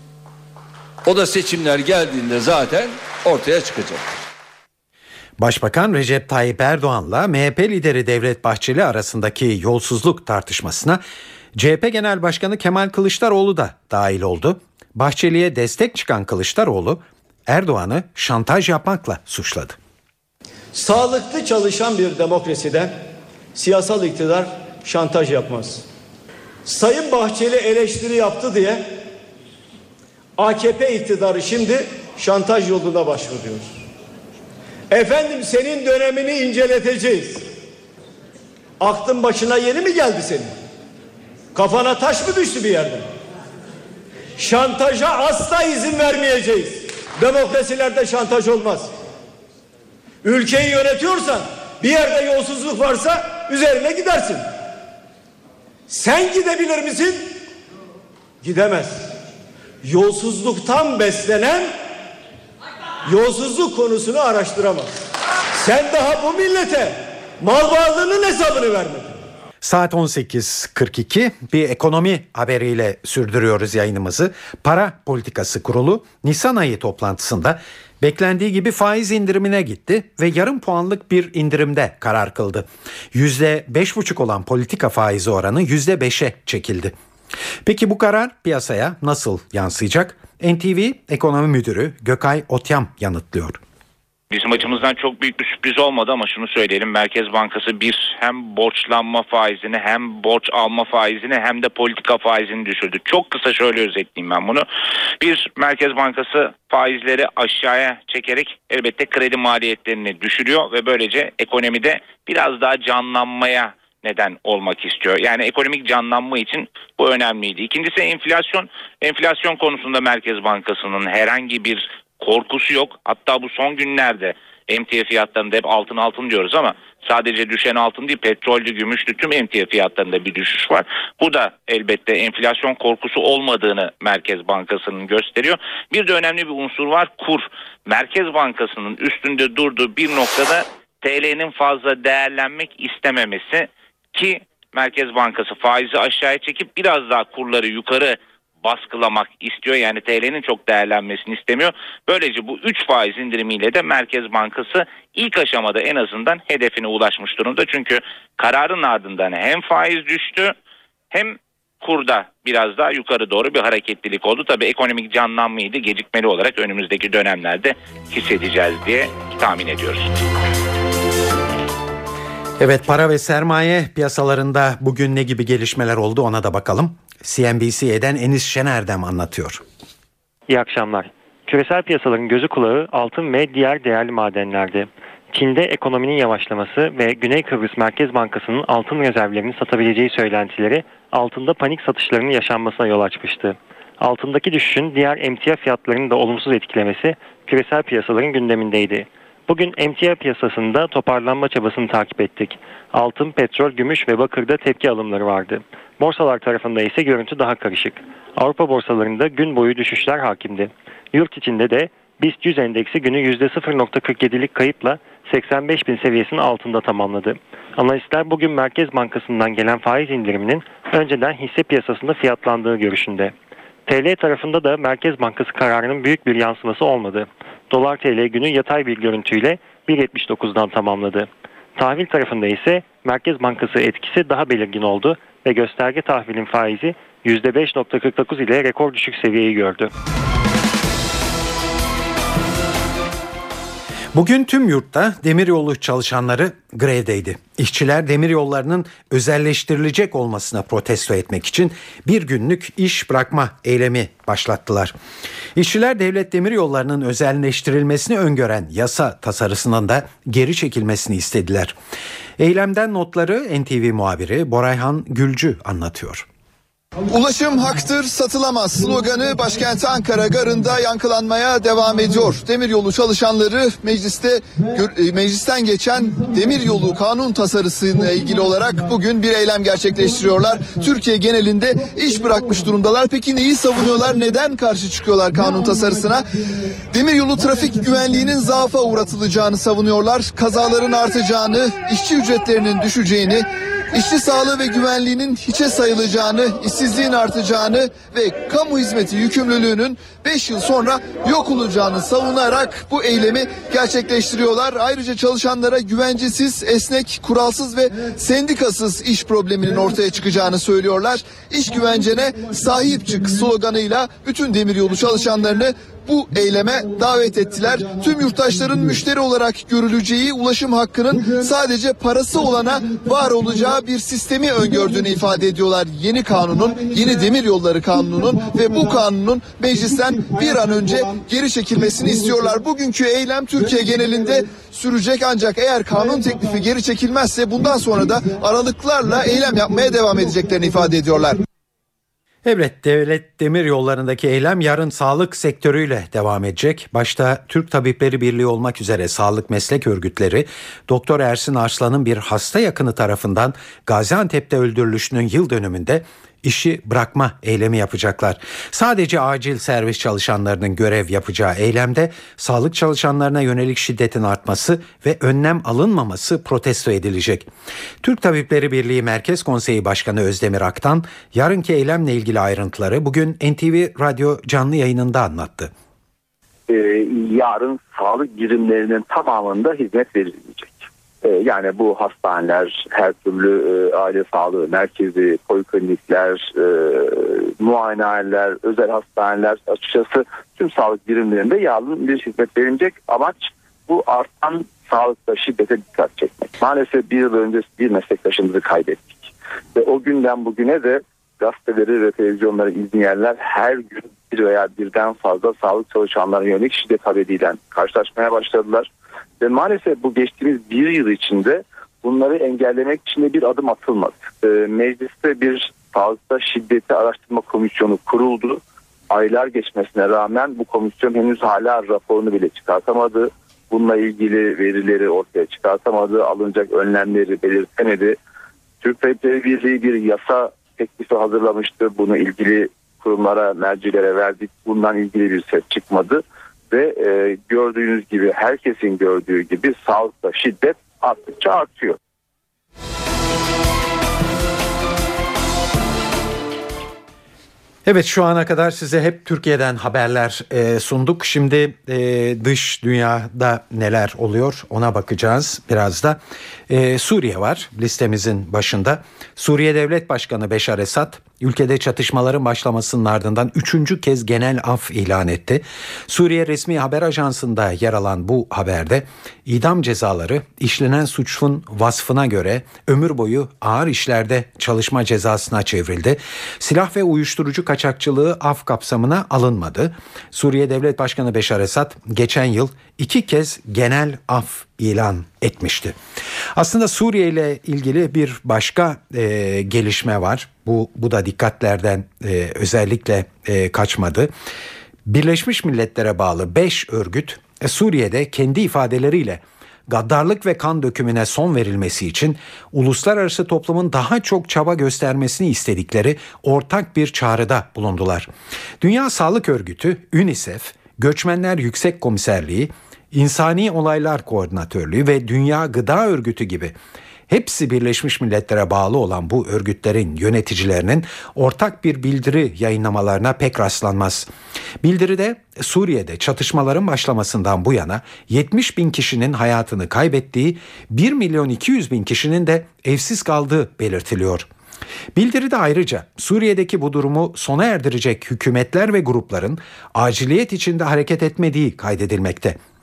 O da seçimler geldiğinde zaten ortaya çıkacak. Başbakan Recep Tayyip Erdoğan'la M H P lideri Devlet Bahçeli arasındaki yolsuzluk tartışmasına C H P Genel Başkanı Kemal Kılıçdaroğlu da dahil oldu. Bahçeli'ye destek çıkan Kılıçdaroğlu Erdoğan'ı şantaj yapmakla suçladı. Sağlıklı çalışan bir demokraside siyasal iktidar şantaj yapmaz. Sayın Bahçeli eleştiri yaptı diye A K P iktidarı şimdi şantaj yoluna başvuruyor. Efendim, senin dönemini inceleteceğiz. Aklın başına yeni mi geldi senin? Kafana taş mı düştü bir yerden? Şantaja asla izin vermeyeceğiz. Demokrasilerde şantaj olmaz. Ülkeyi yönetiyorsan, bir yerde yolsuzluk varsa üzerine gidersin. Sen gidebilir misin? Gidemez. Yolsuzluktan beslenen yolsuzluk konusunu araştıramaz. Sen daha bu millete mal varlığının hesabını vermedin. Saat on sekiz kırk iki, bir ekonomi haberiyle sürdürüyoruz yayınımızı. Para Politikası Kurulu Nisan ayı toplantısında beklendiği gibi faiz indirimine gitti ve yarım puanlık bir indirimde karar kıldı. yüzde beş buçuk olan politika faizi oranı yüzde beşe çekildi. Peki bu karar piyasaya nasıl yansıyacak? N T V Ekonomi Müdürü Gökay Otyam yanıtlıyor. Bizim açımızdan çok büyük bir sürpriz olmadı ama şunu söyleyelim. Merkez Bankası bir hem borçlanma faizini hem borç alma faizini hem de politika faizini düşürdü. Çok kısa şöyle özetleyeyim ben bunu. Bir, Merkez Bankası faizleri aşağıya çekerek elbette kredi maliyetlerini düşürüyor ve böylece ekonomide biraz daha canlanmaya neden olmak istiyor. Yani ekonomik canlanma için bu önemliydi. İkincisi enflasyon. Enflasyon konusunda Merkez Bankası'nın herhangi bir korkusu yok. Hatta bu son günlerde emtia fiyatlarında hep altın altın diyoruz ama sadece düşen altın değil, petroldü, gümüştü, tüm emtia fiyatlarında bir düşüş var. Bu da elbette enflasyon korkusu olmadığını Merkez Bankası'nın gösteriyor. Bir de önemli bir unsur var, kur. Merkez Bankası'nın üstünde durduğu bir noktada T L'nin fazla değerlenmek istememesi ki Merkez Bankası faizi aşağıya çekip biraz daha kurları yukarı baskılamak istiyor. Yani T L'nin çok değerlenmesini istemiyor. Böylece bu üç faiz indirimiyle de Merkez Bankası ilk aşamada en azından hedefine ulaşmış durumda. Çünkü kararın ardından hem faiz düştü hem kurda biraz daha yukarı doğru bir hareketlilik oldu. Tabii ekonomik canlanmayı da gecikmeli olarak önümüzdeki dönemlerde hissedeceğiz diye tahmin ediyoruz. Evet, para ve sermaye piyasalarında bugün ne gibi gelişmeler oldu ona da bakalım. C N B C'den Enis Şenerdem anlatıyor. İyi akşamlar. Küresel piyasaların gözü kulağı altın ve diğer değerli madenlerde. Çin'de ekonominin yavaşlaması ve Güney Kıbrıs Merkez Bankası'nın altın rezervlerini satabileceği söylentileri altında panik satışlarının yaşanmasına yol açmıştı. Altındaki düşüşün diğer emtia fiyatlarını da olumsuz etkilemesi küresel piyasaların gündemindeydi. Bugün emtia piyasasında toparlanma çabasını takip ettik. Altın, petrol, gümüş ve bakırda tepki alımları vardı. Borsalar tarafında ise görüntü daha karışık. Avrupa borsalarında gün boyu düşüşler hakimdi. Yurt içinde de BIST yüz endeksi günü yüzde sıfır virgül kırk yedilik kayıpla seksen beş bin seviyesinin altında tamamladı. Analistler bugün Merkez Bankası'ndan gelen faiz indiriminin önceden hisse piyasasında fiyatlandığı görüşünde. T L tarafında da Merkez Bankası kararının büyük bir yansıması olmadı. Dolar T L günü yatay bir görüntüyle bir virgül yetmiş dokuzdan tamamladı. Tahvil tarafında ise Merkez Bankası etkisi daha belirgin oldu ve gösterge tahvilin faizi yüzde beş virgül kırk dokuz ile rekor düşük seviyeyi gördü. Bugün tüm yurtta demiryolu çalışanları grevdeydi. İşçiler demiryollarının özelleştirilecek olmasına protesto etmek için bir günlük iş bırakma eylemi başlattılar. İşçiler devlet demiryollarının özelleştirilmesini öngören yasa tasarısının da geri çekilmesini istediler. Eylemden notları N T V muhabiri Borayhan Gülcü anlatıyor. Ulaşım haktır, satılamaz sloganı başkent Ankara garında yankılanmaya devam ediyor. Demiryolu çalışanları mecliste meclisten geçen demiryolu kanun tasarısıyla ilgili olarak bugün bir eylem gerçekleştiriyorlar. Türkiye genelinde iş bırakmış durumdalar. Peki neyi savunuyorlar? Neden karşı çıkıyorlar kanun tasarısına? Demiryolu trafik güvenliğinin zaafa uğratılacağını savunuyorlar. Kazaların artacağını, işçi ücretlerinin düşeceğini, İşçi sağlığı ve güvenliğinin hiçe sayılacağını, işsizliğin artacağını ve kamu hizmeti yükümlülüğünün beş yıl sonra yok olacağını savunarak bu eylemi gerçekleştiriyorlar. Ayrıca çalışanlara güvencesiz, esnek, kuralsız ve sendikasız iş probleminin ortaya çıkacağını söylüyorlar. İş güvencene sahip çık sloganıyla bütün demiryolu çalışanlarını bu eyleme davet ettiler. Tüm yurttaşların müşteri olarak görüleceği, ulaşım hakkının sadece parası olana var olacağı bir sistemi öngördüğünü ifade ediyorlar. Yeni kanunun, yeni demiryolları kanununun ve bu kanunun meclisten bir an önce geri çekilmesini istiyorlar. Bugünkü eylem Türkiye genelinde sürecek, ancak eğer kanun teklifi geri çekilmezse bundan sonra da aralıklarla eylem yapmaya devam edeceklerini ifade ediyorlar. Evet, devlet demiryollarındaki eylem yarın sağlık sektörüyle devam edecek. Başta Türk Tabipleri Birliği olmak üzere sağlık meslek örgütleri Doktor Ersin Arslan'ın bir hasta yakını tarafından Gaziantep'te öldürülüşünün yıl dönümünde işi bırakma eylemi yapacaklar. Sadece acil servis çalışanlarının görev yapacağı eylemde sağlık çalışanlarına yönelik şiddetin artması ve önlem alınmaması protesto edilecek. Türk Tabipleri Birliği Merkez Konseyi Başkanı Özdemir Aktan yarınki eylemle ilgili ayrıntıları bugün N T V Radyo canlı yayınında anlattı. Ee, yarın sağlık birimlerinin tamamında hizmet verilecek. Yani bu hastaneler, her türlü e, aile sağlığı merkezi, poliklinikler, e, muayenehaneler, özel hastaneler, açıkçası tüm sağlık birimlerinde yarın bir hizmet verilecek. Amaç bu artan sağlıkta şiddete dikkat çekmek. Maalesef bir yıl önce bir meslektaşımızı kaybettik. Ve o günden bugüne de gazeteleri ve televizyonları izleyenler her gün bir veya birden fazla sağlık çalışanlarına yönelik şiddet haberiyle karşılaşmaya başladılar. Ve maalesef bu geçtiğimiz bir yıl içinde bunları engellemek için de bir adım atılmadı. E, mecliste bir sağlıkta şiddeti araştırma komisyonu kuruldu. Aylar geçmesine rağmen bu komisyon henüz hala raporunu bile çıkartamadı. Bununla ilgili verileri ortaya çıkartamadı. Alınacak önlemleri belirtemedi. Türk Tabipleri Birliği bir yasa teklifi hazırlamıştı. Bunu ilgili kurumlara, mercilere verdik. Bundan ilgili bir ses çıkmadı. Ve e, gördüğünüz gibi, herkesin gördüğü gibi sağlıkta şiddet arttıkça artıyor. Evet, şu ana kadar size hep Türkiye'den haberler e, sunduk. Şimdi e, dış dünyada neler oluyor ona bakacağız biraz da. E, Suriye var listemizin başında. Suriye Devlet Başkanı Beşar Esad ülkede çatışmaların başlamasının ardından üçüncü kez genel af ilan etti. Suriye resmi haber ajansında yer alan bu haberde idam cezaları işlenen suçun vasfına göre ömür boyu ağır işlerde çalışma cezasına çevrildi. Silah ve uyuşturucu kaçakçılığı af kapsamına alınmadı. Suriye Devlet Başkanı Beşar Esad geçen yıl iki kez genel af ilan etmişti. Aslında Suriye ile ilgili bir başka e, gelişme var. Bu bu da dikkatlerden e, özellikle e, kaçmadı. Birleşmiş Milletler'e bağlı beş örgüt e, Suriye'de kendi ifadeleriyle gaddarlık ve kan dökümüne son verilmesi için uluslararası toplumun daha çok çaba göstermesini istedikleri ortak bir çağrıda bulundular. Dünya Sağlık Örgütü, UNICEF, Göçmenler Yüksek Komiserliği, İnsani Olaylar Koordinatörlüğü ve Dünya Gıda Örgütü gibi hepsi Birleşmiş Milletler'e bağlı olan bu örgütlerin yöneticilerinin ortak bir bildiri yayınlamalarına pek rastlanmaz. Bildiride Suriye'de çatışmaların başlamasından bu yana yetmiş bin kişinin hayatını kaybettiği, bir milyon iki yüz bin kişinin de evsiz kaldığı belirtiliyor. Bildiride ayrıca Suriye'deki bu durumu sona erdirecek hükümetler ve grupların aciliyet içinde hareket etmediği kaydedilmekte.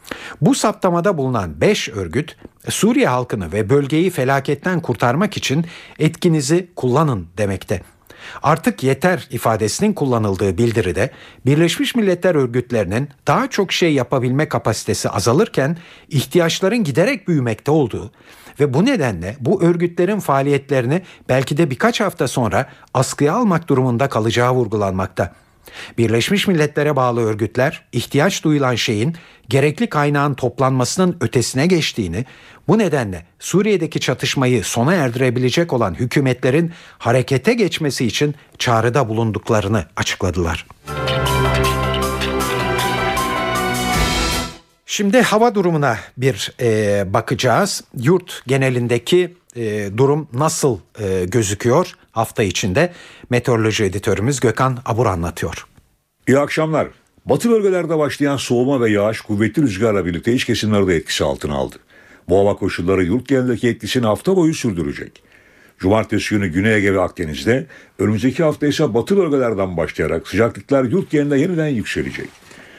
Bu saptamada bulunan beş örgüt, Suriye halkını ve bölgeyi felaketten kurtarmak için etkinizi kullanın demekte. Artık yeter ifadesinin kullanıldığı bildiride Birleşmiş Milletler örgütlerinin daha çok şey yapabilme kapasitesi azalırken ihtiyaçların giderek büyümekte olduğu ve bu nedenle bu örgütlerin faaliyetlerini belki de birkaç hafta sonra askıya almak durumunda kalacağı vurgulanmakta. Birleşmiş Milletler'e bağlı örgütler ihtiyaç duyulan şeyin gerekli kaynağın toplanmasının ötesine geçtiğini, bu nedenle Suriye'deki çatışmayı sona erdirebilecek olan hükümetlerin harekete geçmesi için çağrıda bulunduklarını açıkladılar. Şimdi hava durumuna bir e, bakacağız. Yurt genelindeki e, durum nasıl e, gözüküyor hafta içinde? Meteoroloji editörümüz Gökhan Abur anlatıyor. İyi akşamlar. Batı bölgelerde başlayan soğuma ve yağış kuvvetli rüzgarla birlikte iç kesimleri de etkisi altına aldı. Bu hava koşulları yurt genelindeki etkisini hafta boyu sürdürecek. Cumartesi günü Güney Ege ve Akdeniz'de, önümüzdeki hafta ise batı bölgelerden başlayarak sıcaklıklar yurt genelinde yeniden yükselecek.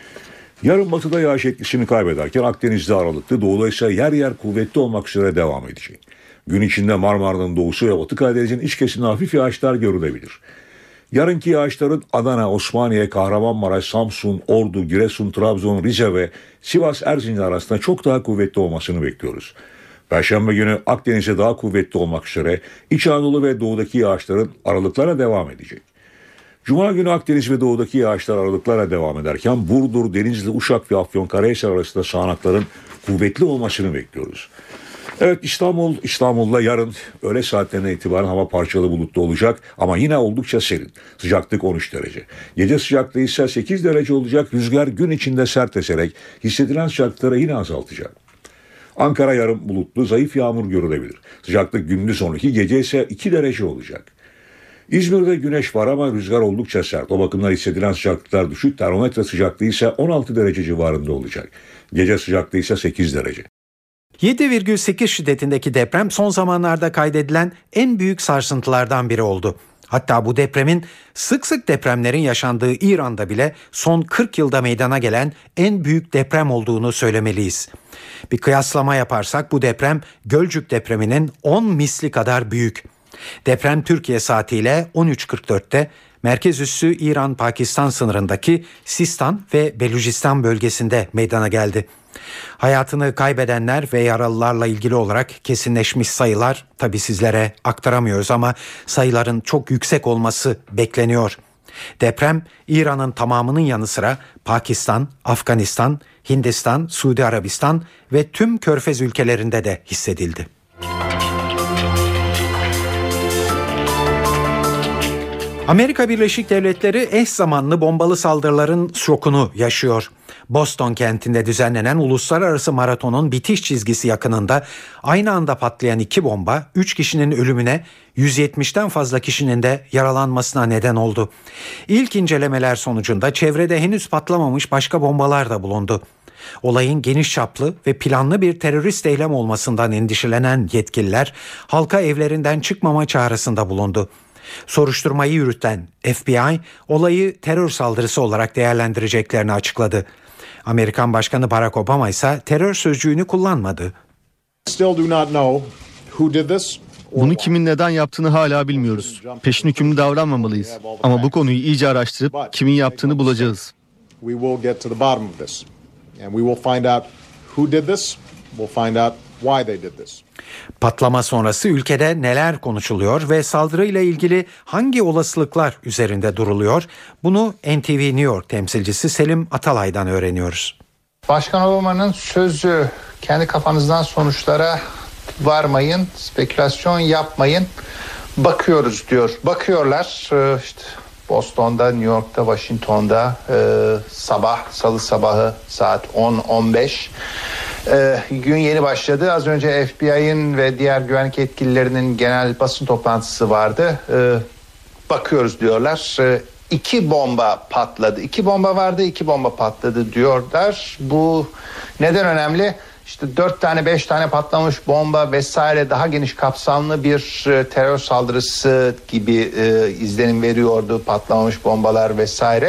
Yarın batıda yağış etkisini kaybederken Akdeniz'de aralıklı, doğuda ise yer yer kuvvetli olmak üzere devam edecek. Gün içinde Marmara'nın doğusu ve Batı Karadeniz'in iç kesiminde hafif yağışlar görülebilir. Yarınki yağışların Adana, Osmaniye, Kahramanmaraş, Samsun, Ordu, Giresun, Trabzon, Rize ve Sivas, Erzincan arasında çok daha kuvvetli olmasını bekliyoruz. Perşembe günü Akdeniz'e daha kuvvetli olmak üzere İç Anadolu ve doğudaki yağışların aralıklara devam edecek. Cuma günü Akdeniz ve doğudaki yağışlar aralıklara devam ederken Burdur, Denizli, Uşak ve Afyonkarahisar arasında sağanakların kuvvetli olmasını bekliyoruz. Evet, İstanbul, İstanbul'da yarın öğle saatlerine itibaren hava parçalı bulutlu olacak ama yine oldukça serin. Sıcaklık on üç derece. Gece sıcaklığı ise sekiz derece olacak. Rüzgar gün içinde sert eserek hissedilen sıcaklıkları yine azaltacak. Ankara yarın bulutlu, zayıf yağmur görülebilir. Sıcaklık gündüz on iki, gece ise iki derece olacak. İzmir'de güneş var ama rüzgar oldukça sert. O bakımdan hissedilen sıcaklıklar düşük. Termometre sıcaklığı ise on altı derece civarında olacak. Gece sıcaklığı ise sekiz derece. yedi virgül sekiz şiddetindeki deprem son zamanlarda kaydedilen en büyük sarsıntılardan biri oldu. Hatta bu depremin sık sık depremlerin yaşandığı İran'da bile son kırk yılda meydana gelen en büyük deprem olduğunu söylemeliyiz. Bir kıyaslama yaparsak bu deprem Gölcük depreminin on misli kadar büyük. Deprem Türkiye saatiyle on üç kırk dörtte merkez üssü İran-Pakistan sınırındaki Sistan ve Belucistan bölgesinde meydana geldi. Hayatını kaybedenler ve yaralılarla ilgili olarak kesinleşmiş sayılar tabii sizlere aktaramıyoruz ama sayıların çok yüksek olması bekleniyor. Deprem İran'ın tamamının yanı sıra Pakistan, Afganistan, Hindistan, Suudi Arabistan ve tüm Körfez ülkelerinde de hissedildi. Amerika Birleşik Devletleri eş zamanlı bombalı saldırıların şokunu yaşıyor. Boston kentinde düzenlenen uluslararası maratonun bitiş çizgisi yakınında aynı anda patlayan iki bomba üç kişinin ölümüne, yüz yetmişten fazla kişinin de yaralanmasına neden oldu. İlk incelemeler sonucunda çevrede henüz patlamamış başka bombalar da bulundu. Olayın geniş çaplı ve planlı bir terörist eylem olmasından endişelenen yetkililer halka evlerinden çıkmama çağrısında bulundu. Soruşturmayı yürüten F B I olayı terör saldırısı olarak değerlendireceklerini açıkladı. Amerikan Başkanı Barack Obama ise terör sözcüğünü kullanmadı. Bunu kimin neden yaptığını hala bilmiyoruz. Peşin hükümlü davranmamalıyız. Ama bu konuyu iyice araştırıp kimin yaptığını bulacağız. Patlama sonrası ülkede neler konuşuluyor ve saldırıyla ilgili hangi olasılıklar üzerinde duruluyor? Bunu N T V New York temsilcisi Selim Atalay'dan öğreniyoruz. Başkan Obama'nın sözü, kendi kafanızdan sonuçlara varmayın, spekülasyon yapmayın, bakıyoruz diyor. Bakıyorlar işte Boston'da, New York'ta, Washington'da e, sabah, salı sabahı saat on on beş. E, gün yeni başladı. Az önce F B I'nin ve diğer güvenlik yetkililerinin genel basın toplantısı vardı. E, bakıyoruz diyorlar. E, iki bomba patladı. İki bomba vardı, iki bomba patladı diyorlar. Bu neden önemli? İşte dört tane beş tane patlamış bomba vesaire, daha geniş kapsamlı bir e, terör saldırısı gibi e, izlenim veriyordu patlamamış bombalar vesaire.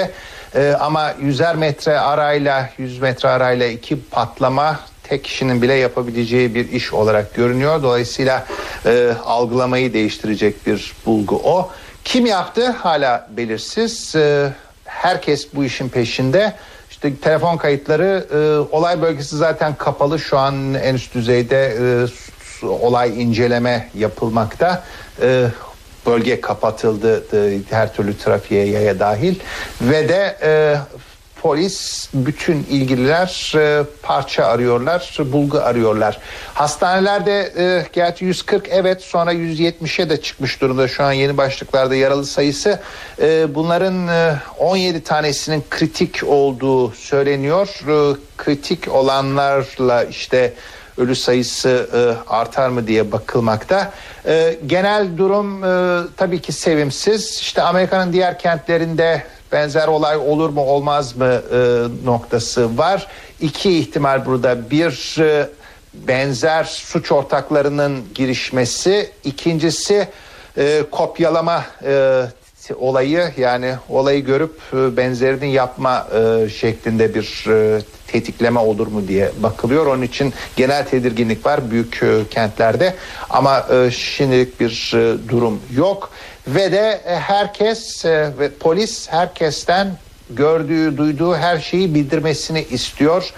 Ee, ama yüzer metre arayla, yüz metre arayla iki patlama tek kişinin bile yapabileceği bir iş olarak görünüyor. Dolayısıyla e, algılamayı değiştirecek bir bulgu o. Kim yaptı hala belirsiz. E, herkes bu işin peşinde. İşte telefon kayıtları, e, olay bölgesi zaten kapalı. Şu an en üst düzeyde e, olay inceleme yapılmakta. E, bölge kapatıldı, e, her türlü trafiğe, yaya dahil. Ve de e, polis, bütün ilgililer e, parça arıyorlar, bulgu arıyorlar. Hastanelerde e, gerçi yüz kırk, evet, sonra yüz yetmişe de çıkmış durumda şu an yeni başlıklarda yaralı sayısı. E, bunların e, on yedi tanesinin kritik olduğu söyleniyor. E, kritik olanlarla işte ölü sayısı e, artar mı diye bakılmakta. E, genel durum e, tabii ki sevimsiz. İşte Amerika'nın diğer kentlerinde benzer olay olur mu olmaz mı e, noktası var. İki ihtimal burada. Bir, e, benzer suç ortaklarının girişmesi. İkincisi e, kopyalama e, olayı, yani olayı görüp e, benzerini yapma e, şeklinde bir e, tetikleme olur mu diye bakılıyor. Onun için genel tedirginlik var büyük e, kentlerde ama e, şimdilik bir e, durum yok. Ve de herkes e, ve polis herkesten gördüğü, duyduğu her şeyi bildirmesini istiyor.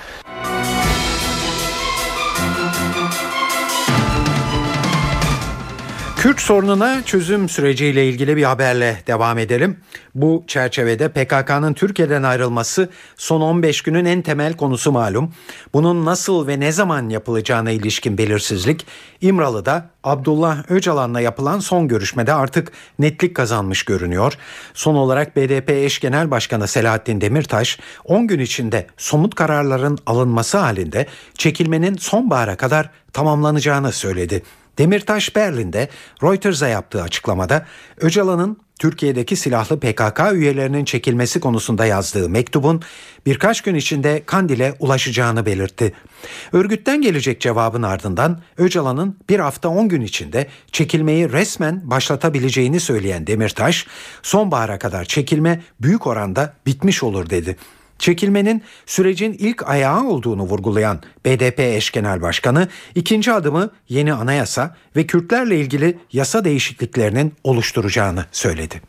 Kürt sorununa çözüm süreciyle ilgili bir haberle devam edelim. Bu çerçevede P K K'nın Türkiye'den ayrılması son on beş günün en temel konusu malum. Bunun nasıl ve ne zaman yapılacağına ilişkin belirsizlik İmralı'da Abdullah Öcalan'la yapılan son görüşmede artık netlik kazanmış görünüyor. Son olarak B D P eş genel başkanı Selahattin Demirtaş on gün içinde somut kararların alınması halinde çekilmenin sonbahara kadar tamamlanacağını söyledi. Demirtaş Berlin'de Reuters'a yaptığı açıklamada Öcalan'ın Türkiye'deki silahlı P K K üyelerinin çekilmesi konusunda yazdığı mektubun birkaç gün içinde Kandil'e ulaşacağını belirtti. Örgütten gelecek cevabın ardından Öcalan'ın bir hafta on gün içinde çekilmeyi resmen başlatabileceğini söyleyen Demirtaş, sonbahara kadar çekilme büyük oranda bitmiş olur dedi. Çekilmenin sürecin ilk ayağı olduğunu vurgulayan B D P eş genel başkanı, ikinci adımı yeni anayasa ve Kürtlerle ilgili yasa değişikliklerinin oluşturacağını söyledi.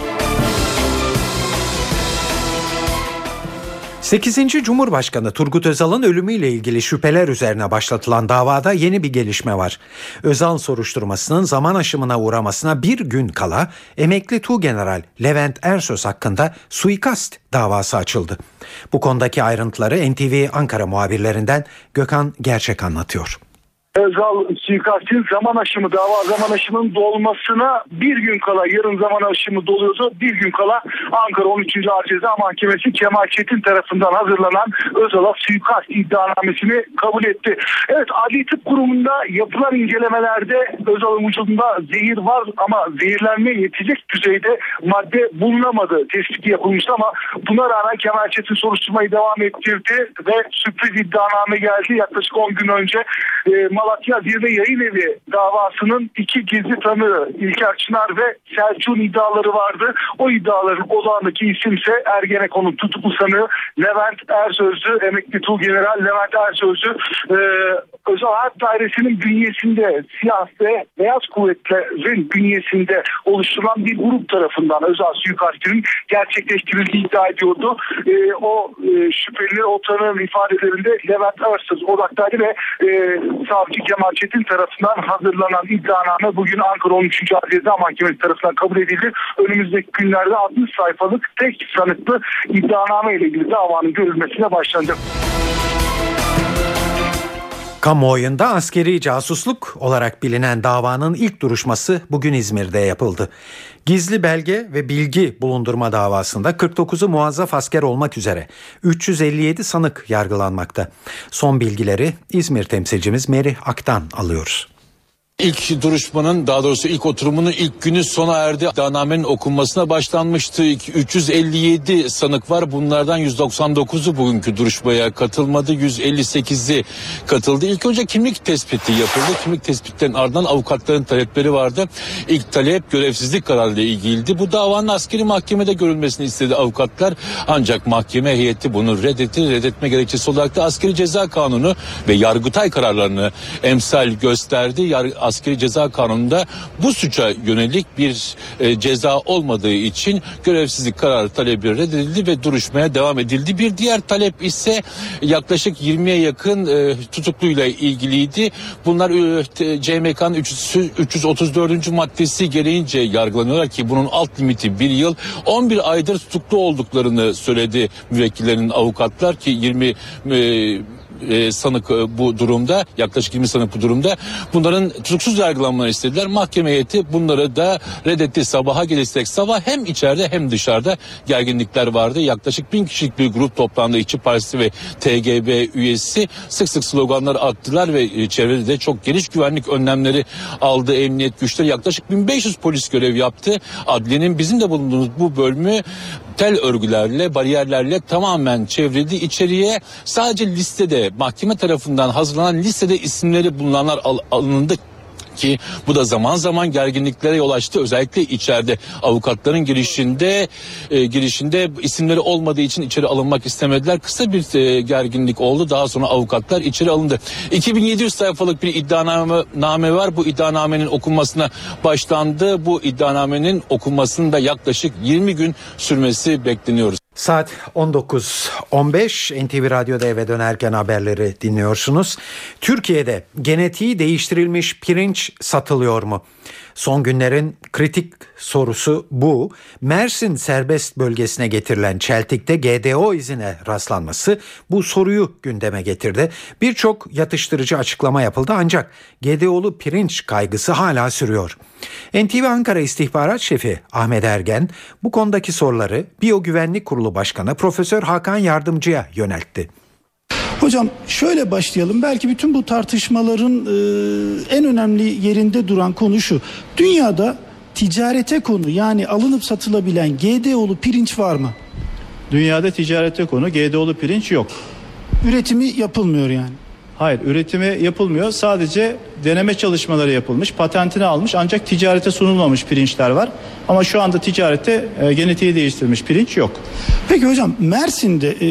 sekizinci Cumhurbaşkanı Turgut Özal'ın ölümüyle ilgili şüpheler üzerine başlatılan davada yeni bir gelişme var. Özal soruşturmasının zaman aşımına uğramasına bir gün kala emekli Tuğgeneral Levent Ersöz hakkında suikast davası açıldı. Bu konudaki ayrıntıları N T V Ankara muhabirlerinden Gökhan Gerçek anlatıyor. Özal suikastin zaman aşımı, dava zaman aşımının dolmasına bir gün kala, yarın zaman aşımı doluyordu. Bir gün kala Ankara on üçüncü Ağır Ceza Mahkemesi Kemal Çetin tarafından hazırlanan Özal'a suikast iddianamesini kabul etti. Evet, Adli Tıp Kurumu'nda yapılan incelemelerde Özal'ın vücudunda zehir var ama zehirlenmeye yetecek düzeyde madde bulunamadı. Tespiti yapılmıştı ama buna rağmen Kemal Çetin soruşturmayı devam ettirdi ve sürpriz iddianame geldi. Yaklaşık on gün önce e, Malatya Zirve Yayın Evi davasının iki gizli tanığı İlker Çınar ve Selçuk'un iddiaları vardı. O iddiaların odağındaki isimse Ergenekon'un tutuklu sanığı Levent Ersözlü, emekli Tuğgeneral Levent Ersözlü. Ee, Özel Harp Dairesi'nin bünyesinde, siyah ve beyaz kuvvetlerin bünyesinde oluşturulan bir grup tarafından özel suikastinin gerçekleştirildiği iddia ediyordu. Ee, o e, şüpheli, o tanığın ifadelerinde Levent Ersöz odaktaydı ve e, savcı Kemal Çetin tarafından hazırlanan iddianame bugün Ankara on üçüncü Ağır Ceza Mahkemesi tarafından kabul edildi. Önümüzdeki günlerde altmış sayfalık tek sanıklı iddianame ile ilgili davanın görülmesine başlanacak. Kamuoyunda askeri casusluk olarak bilinen davanın ilk duruşması bugün İzmir'de yapıldı. Gizli belge ve bilgi bulundurma davasında kırk dokuzu muazzaf asker olmak üzere üç yüz elli yedi sanık yargılanmakta. Son bilgileri İzmir temsilcimiz Merih Ak'tan alıyoruz. İlk duruşmanın, daha doğrusu ilk oturumunun ilk günü sona erdi. İddianamenin okunmasına başlanmıştı. üç yüz elli yedi sanık var. Bunlardan yüz doksan dokuzu bugünkü duruşmaya katılmadı. yüz elli sekizi katıldı. İlk önce kimlik tespiti yapıldı. Kimlik tespitlerinin ardından avukatların talepleri vardı. İlk talep görevsizlik kararıyla ilgiliydi. Bu davanın askeri mahkemede görülmesini istedi avukatlar. Ancak mahkeme heyeti bunu reddetti. Reddetme gerekçesi olarak da askeri ceza kanunu ve Yargıtay kararlarını emsal gösterdi. Yargı Askeri Ceza Kanunu'nda bu suça yönelik bir e, ceza olmadığı için görevsizlik kararı talebi reddedildi ve duruşmaya devam edildi. Bir diğer talep ise yaklaşık yirmiye yakın e, tutukluyla ilgiliydi. Bunlar e, C M K'nın üç yüz otuz dördüncü maddesi gereğince yargılanıyorlar ki bunun alt limiti bir yıl. on bir aydır tutuklu olduklarını söyledi müvekkillerin avukatlar ki yirmi e, E, sanık e, bu durumda, yaklaşık yirmi sanık bu durumda. Bunların tutuksuz yargılanmalarını istediler. Mahkeme heyeti bunları da reddetti. Sabaha gelirsek sabah hem içeride hem dışarıda gerginlikler vardı. Yaklaşık bin kişilik bir grup toplandı. İşçi Partisi ve T G B üyesi sık sık sloganlar attılar ve e, çevrede de çok geniş güvenlik önlemleri aldı emniyet güçleri. Yaklaşık bin beş yüz polis görev yaptı. Adliyenin bizim de bulunduğumuz bu bölümü tel örgülerle, bariyerlerle tamamen çevrildi. İçeriye sadece listede, mahkeme tarafından hazırlanan listede isimleri bulunanlar al- alındı. Ki bu da zaman zaman gerginliklere yol açtı. Özellikle içeride avukatların girişinde e, girişinde isimleri olmadığı için içeri alınmak istemediler. Kısa bir e, gerginlik oldu. Daha sonra avukatlar içeri alındı. iki bin yedi yüz sayfalık bir iddianame var. Bu iddianamenin okunmasına başlandı. Bu iddianamenin okunmasının da yaklaşık yirmi gün sürmesi bekleniyor. Saat on dokuz on beş N T V Radyo'da eve dönerken haberleri dinliyorsunuz. Türkiye'de genetiği değiştirilmiş pirinç satılıyor mu? Son günlerin kritik sorusu bu. Mersin serbest bölgesine getirilen çeltikte G D O izine rastlanması bu soruyu gündeme getirdi. Birçok yatıştırıcı açıklama yapıldı ancak G D O'lu pirinç kaygısı hala sürüyor. N T V Ankara İstihbarat Şefi Ahmet Ergen bu konudaki soruları Biyogüvenlik Kurulu Başkanı Profesör Hakan Yardımcı'ya yöneltti. Hocam şöyle başlayalım. Belki bütün bu tartışmaların e, en önemli yerinde duran konu şu. Dünyada ticarete konu, yani alınıp satılabilen G D O'lu pirinç var mı? Dünyada ticarete konu G D O'lu pirinç yok. Üretimi yapılmıyor yani. Hayır, üretimi yapılmıyor. Sadece deneme çalışmaları yapılmış, patentini almış ancak ticarete sunulmamış pirinçler var. Ama şu anda ticarette e, genetiği değiştirilmiş pirinç yok. Peki hocam, Mersin'de e,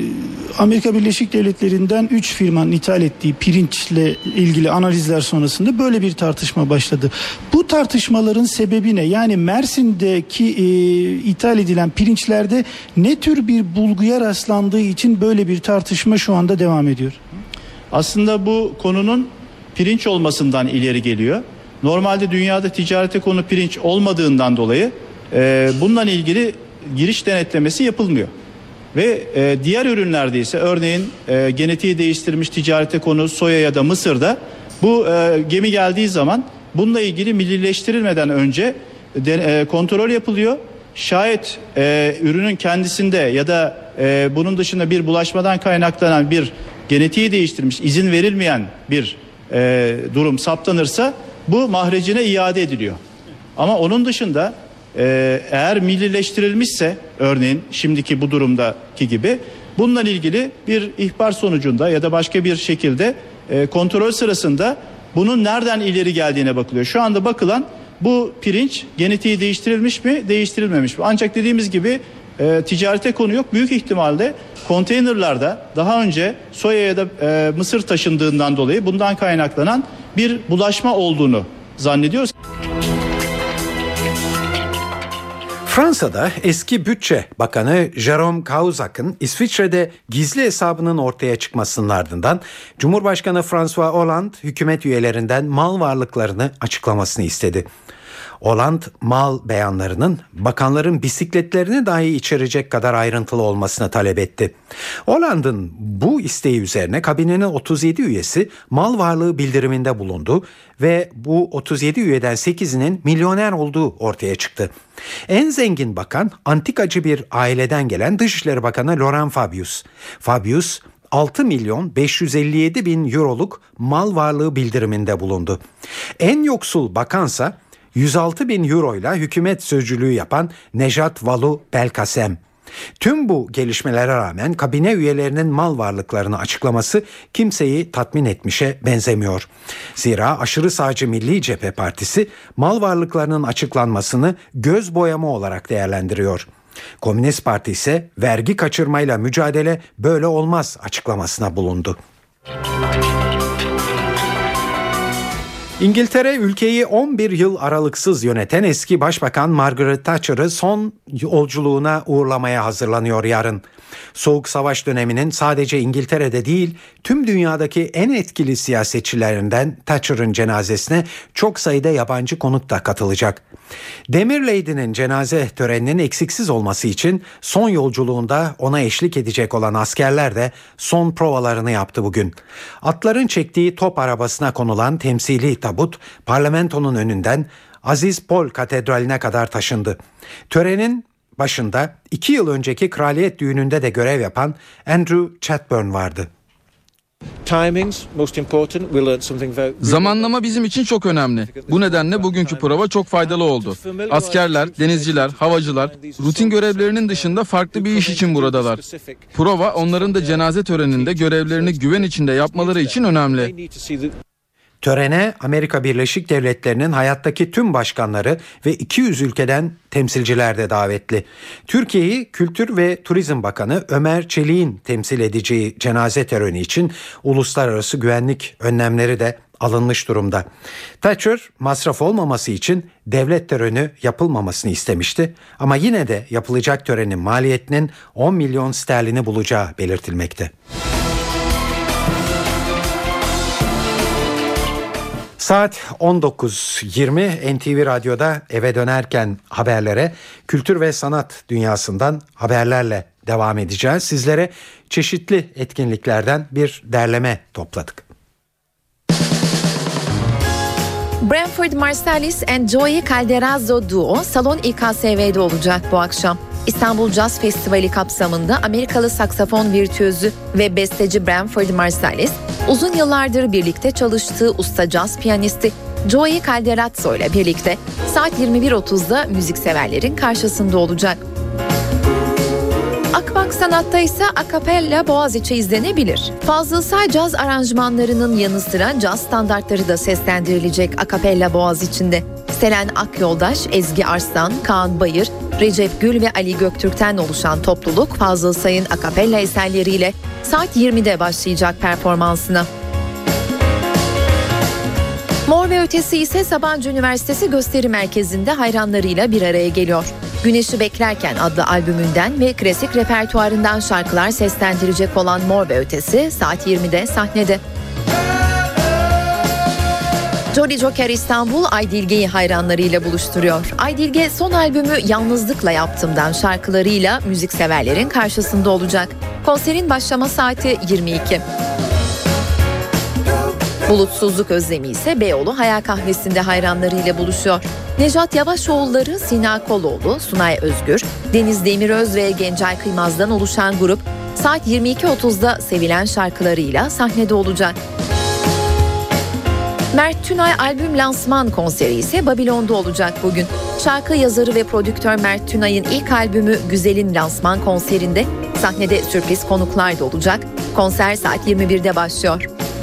Amerika Birleşik Devletleri'nden üç firmanın ithal ettiği pirinçle ilgili analizler sonrasında böyle bir tartışma başladı. Bu tartışmaların sebebi ne? Yani Mersin'deki e, ithal edilen pirinçlerde ne tür bir bulguya rastlandığı için böyle bir tartışma şu anda devam ediyor? Aslında bu konunun pirinç olmasından ileri geliyor. Normalde dünyada ticarete konu pirinç olmadığından dolayı e, bununla ilgili giriş denetlemesi yapılmıyor. Ve e, diğer ürünlerde ise örneğin e, genetiği değiştirilmiş ticarete konu soya ya da mısırda bu e, gemi geldiği zaman bununla ilgili millileştirilmeden önce de, e, kontrol yapılıyor. Şayet e, ürünün kendisinde ya da e, bunun dışında bir bulaşmadan kaynaklanan bir genetiği değiştirmiş, izin verilmeyen bir e, durum saptanırsa bu mahrecine iade ediliyor. Ama onun dışında e, eğer millileştirilmişse, örneğin şimdiki bu durumdaki gibi, bununla ilgili bir ihbar sonucunda ya da başka bir şekilde e, kontrol sırasında bunun nereden ileri geldiğine bakılıyor. Şu anda bakılan bu pirinç genetiği değiştirilmiş mi, değiştirilmemiş mi? Ancak dediğimiz gibi e, ticarete konu yok. Büyük ihtimalle konteynerlarda daha önce soya ya da e, mısır taşındığından dolayı bundan kaynaklanan bir bulaşma olduğunu zannediyoruz. Fransa'da eski Bütçe Bakanı Jérôme Cahuzac'ın İsviçre'de gizli hesabının ortaya çıkmasının ardından Cumhurbaşkanı François Hollande hükümet üyelerinden mal varlıklarını açıklamasını istedi. Hollande mal beyanlarının bakanların bisikletlerini dahi içerecek kadar ayrıntılı olmasını talep etti. Hollande'ın bu isteği üzerine kabinenin otuz yedi üyesi mal varlığı bildiriminde bulundu ve bu otuz yedi üyeden sekizinin milyoner olduğu ortaya çıktı. En zengin bakan antikacı bir aileden gelen Dışişleri Bakanı Laurent Fabius. Fabius altı milyon beş yüz elli yedi bin euroluk mal varlığı bildiriminde bulundu. En yoksul bakansa yüz altı bin euroyla hükümet sözcülüğü yapan Nejat Valu Belkacem. Tüm bu gelişmelere rağmen kabine üyelerinin mal varlıklarını açıklaması kimseyi tatmin etmişe benzemiyor. Zira aşırı sağcı Milli Cephe Partisi mal varlıklarının açıklanmasını göz boyama olarak değerlendiriyor. Komünist Parti ise vergi kaçırmayla mücadele böyle olmaz açıklamasına bulundu. İngiltere ülkeyi on bir yıl aralıksız yöneten eski Başbakan Margaret Thatcher'ı son yolculuğuna uğurlamaya hazırlanıyor yarın. Soğuk Savaş döneminin sadece İngiltere'de değil tüm dünyadaki en etkili siyasetçilerinden Thatcher'ın cenazesine çok sayıda yabancı konuk da katılacak. Demir Lady'nin cenaze töreninin eksiksiz olması için son yolculuğunda ona eşlik edecek olan askerler de son provalarını yaptı bugün. Atların çektiği top arabasına konulan temsili tabut parlamentonun önünden Aziz Pol Katedrali'ne kadar taşındı. Törenin başında iki yıl önceki kraliyet düğününde de görev yapan Andrew Chatburn vardı. Zamanlama bizim için çok önemli. Bu nedenle bugünkü prova çok faydalı oldu. Askerler, denizciler, havacılar rutin görevlerinin dışında farklı bir iş için buradalar. Prova onların da cenaze töreninde görevlerini güven içinde yapmaları için önemli. Törene Amerika Birleşik Devletleri'nin hayattaki tüm başkanları ve iki yüz ülkeden temsilciler de davetli. Türkiye'yi Kültür ve Turizm Bakanı Ömer Çelik'in temsil edeceği cenaze töreni için uluslararası güvenlik önlemleri de alınmış durumda. Thatcher masraf olmaması için devlet töreni yapılmamasını istemişti ama yine de yapılacak törenin maliyetinin on milyon sterlini bulacağı belirtilmekte. Saat on dokuz yirmi N T V Radyo'da eve dönerken haberlere, kültür ve sanat dünyasından haberlerle devam edeceğiz. Sizlere çeşitli etkinliklerden bir derleme topladık. Branford Marsalis and Joey Calderazzo Duo Salon İ K S V'de olacak bu akşam. İstanbul Jazz Festivali kapsamında Amerikalı saksafon virtüözü ve besteci Branford Marsalis, uzun yıllardır birlikte çalıştığı usta caz piyanisti Joey Calderazzo ile birlikte saat yirmi bir otuzda müzikseverlerin karşısında olacak. Akbank Sanat'ta ise Akapella Boğaziçi izlenebilir. Fazıl Say caz aranjmanlarının yanı sıra caz standartları da seslendirilecek Akapella Boğaziçi'nde. Selen Akyoldaş, Ezgi Arslan, Kaan Bayır, Recep Gül ve Ali Göktürk'ten oluşan topluluk Fazıl Say'ın akapella eserleriyle saat yirmide başlayacak performansına. Mor ve Ötesi ise Sabancı Üniversitesi Gösteri Merkezi'nde hayranlarıyla bir araya geliyor. Güneşi Beklerken adlı albümünden ve klasik repertuarından şarkılar seslendirecek olan Mor ve Ötesi saat yirmide sahnede. Jolly Joker İstanbul Aydilge'yi hayranlarıyla buluşturuyor. Aydilge son albümü Yalnızlıkla Yaptım'dan şarkılarıyla müzikseverlerin karşısında olacak. Konserin başlama saati yirmi iki. Bulutsuzluk Özlemi ise Beyoğlu Hayal Kahvesi'nde hayranlarıyla buluşuyor. Nejat Yavaşoğulları, Sina Koloğlu, Sunay Özgür, Deniz Demiröz ve Gencay Kıymaz'dan oluşan grup saat yirmi iki otuzda sevilen şarkılarıyla sahnede olacak. Mert Tünay albüm lansman konseri ise Babilon'da olacak bugün. Şarkı yazarı ve prodüktör Mert Tünay'ın ilk albümü Güzel'in lansman konserinde sahnede sürpriz konuklar da olacak. Konser saat yirmi birde başlıyor.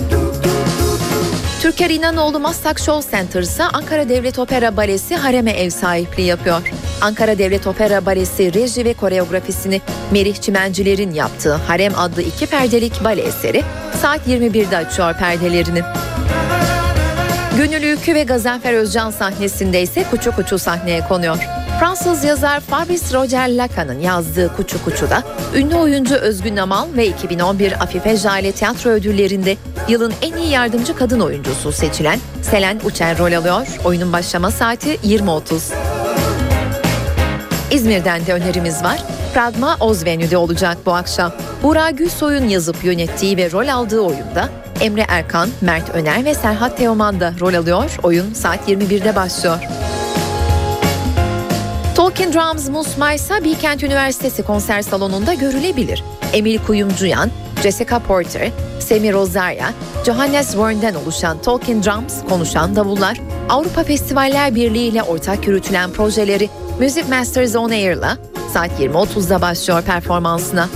Türker İnanoğlu Maslak Show Center ise Ankara Devlet Opera Balesi Harem'e ev sahipliği yapıyor. Ankara Devlet Opera Balesi reji ve koreografisini Merih Çimenciler'in yaptığı Harem adlı iki perdelik bale eseri saat yirmi birde açıyor perdelerini. Gönül Ülkü ve Gazanfer Özcan sahnesinde ise Kuçu Kuçu sahneye konuyor. Fransız yazar Fabrice Roger Lacan'ın yazdığı Kuçu Kuçu'da ünlü oyuncu Özgün Amal ve iki bin on bir Afife Jale Tiyatro Ödülleri'nde yılın en iyi yardımcı kadın oyuncusu seçilen Selen Uçer rol alıyor. Oyunun başlama saati yirmi otuz. İzmir'den de önerimiz var. Pragma Ozvenue'de olacak bu akşam. Burak Gülsoy'un yazıp yönettiği ve rol aldığı oyunda Emre Erkan, Mert Öner ve Serhat Teoman da rol alıyor. Oyun saat yirmi birde başlıyor. Talking Drums Musmaysa Bilkent Üniversitesi konser salonunda görülebilir. Emil Kuyumcuyan, Jessica Porter, Semi Rosaria, Johannes Wern'den oluşan Talking Drums, konuşan davullar, Avrupa Festivaller Birliği ile ortak yürütülen projeleri Music Masters On Air'la saat yirmi otuzda başlıyor performansına.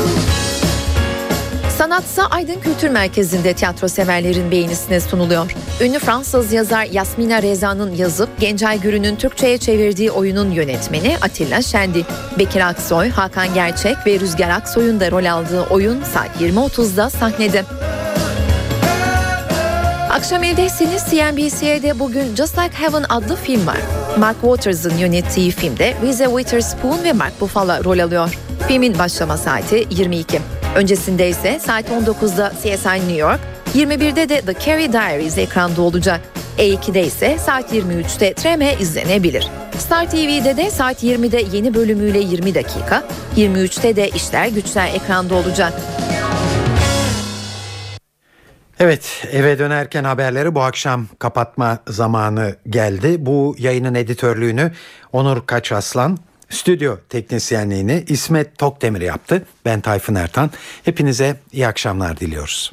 Sanatsa Aydın Kültür Merkezi'nde tiyatro severlerin beğenisine sunuluyor. Ünlü Fransız yazar Yasmina Reza'nın yazıp Gencay Gürü'nün Türkçe'ye çevirdiği oyunun yönetmeni Atilla Şendi. Bekir Aksoy, Hakan Gerçek ve Rüzgar Aksoy'un da rol aldığı oyun saat yirmi otuzda sahnede. Akşam evdeyseniz C N B C'de bugün Just Like Heaven adlı film var. Mark Waters'ın yönettiği filmde Reese Witherspoon ve Mark Ruffalo rol alıyor. Filmin başlama saati yirmi iki. Öncesinde ise saat on dokuzda C S I New York, yirmi birde de The Carrie Diaries ekranda olacak. E iki'de ise saat yirmi üçte Treme izlenebilir. Star T V'de de saat yirmide yeni bölümüyle yirmi dakika, yirmi üçte de İşler Güçler ekranda olacak. Evet, eve dönerken haberleri bu akşam kapatma zamanı geldi. Bu yayının editörlüğünü Onur Kaçaslan, stüdyo teknisyenliğini İsmet Tokdemir yaptı. Ben Tayfun Ertan. Hepinize iyi akşamlar diliyoruz.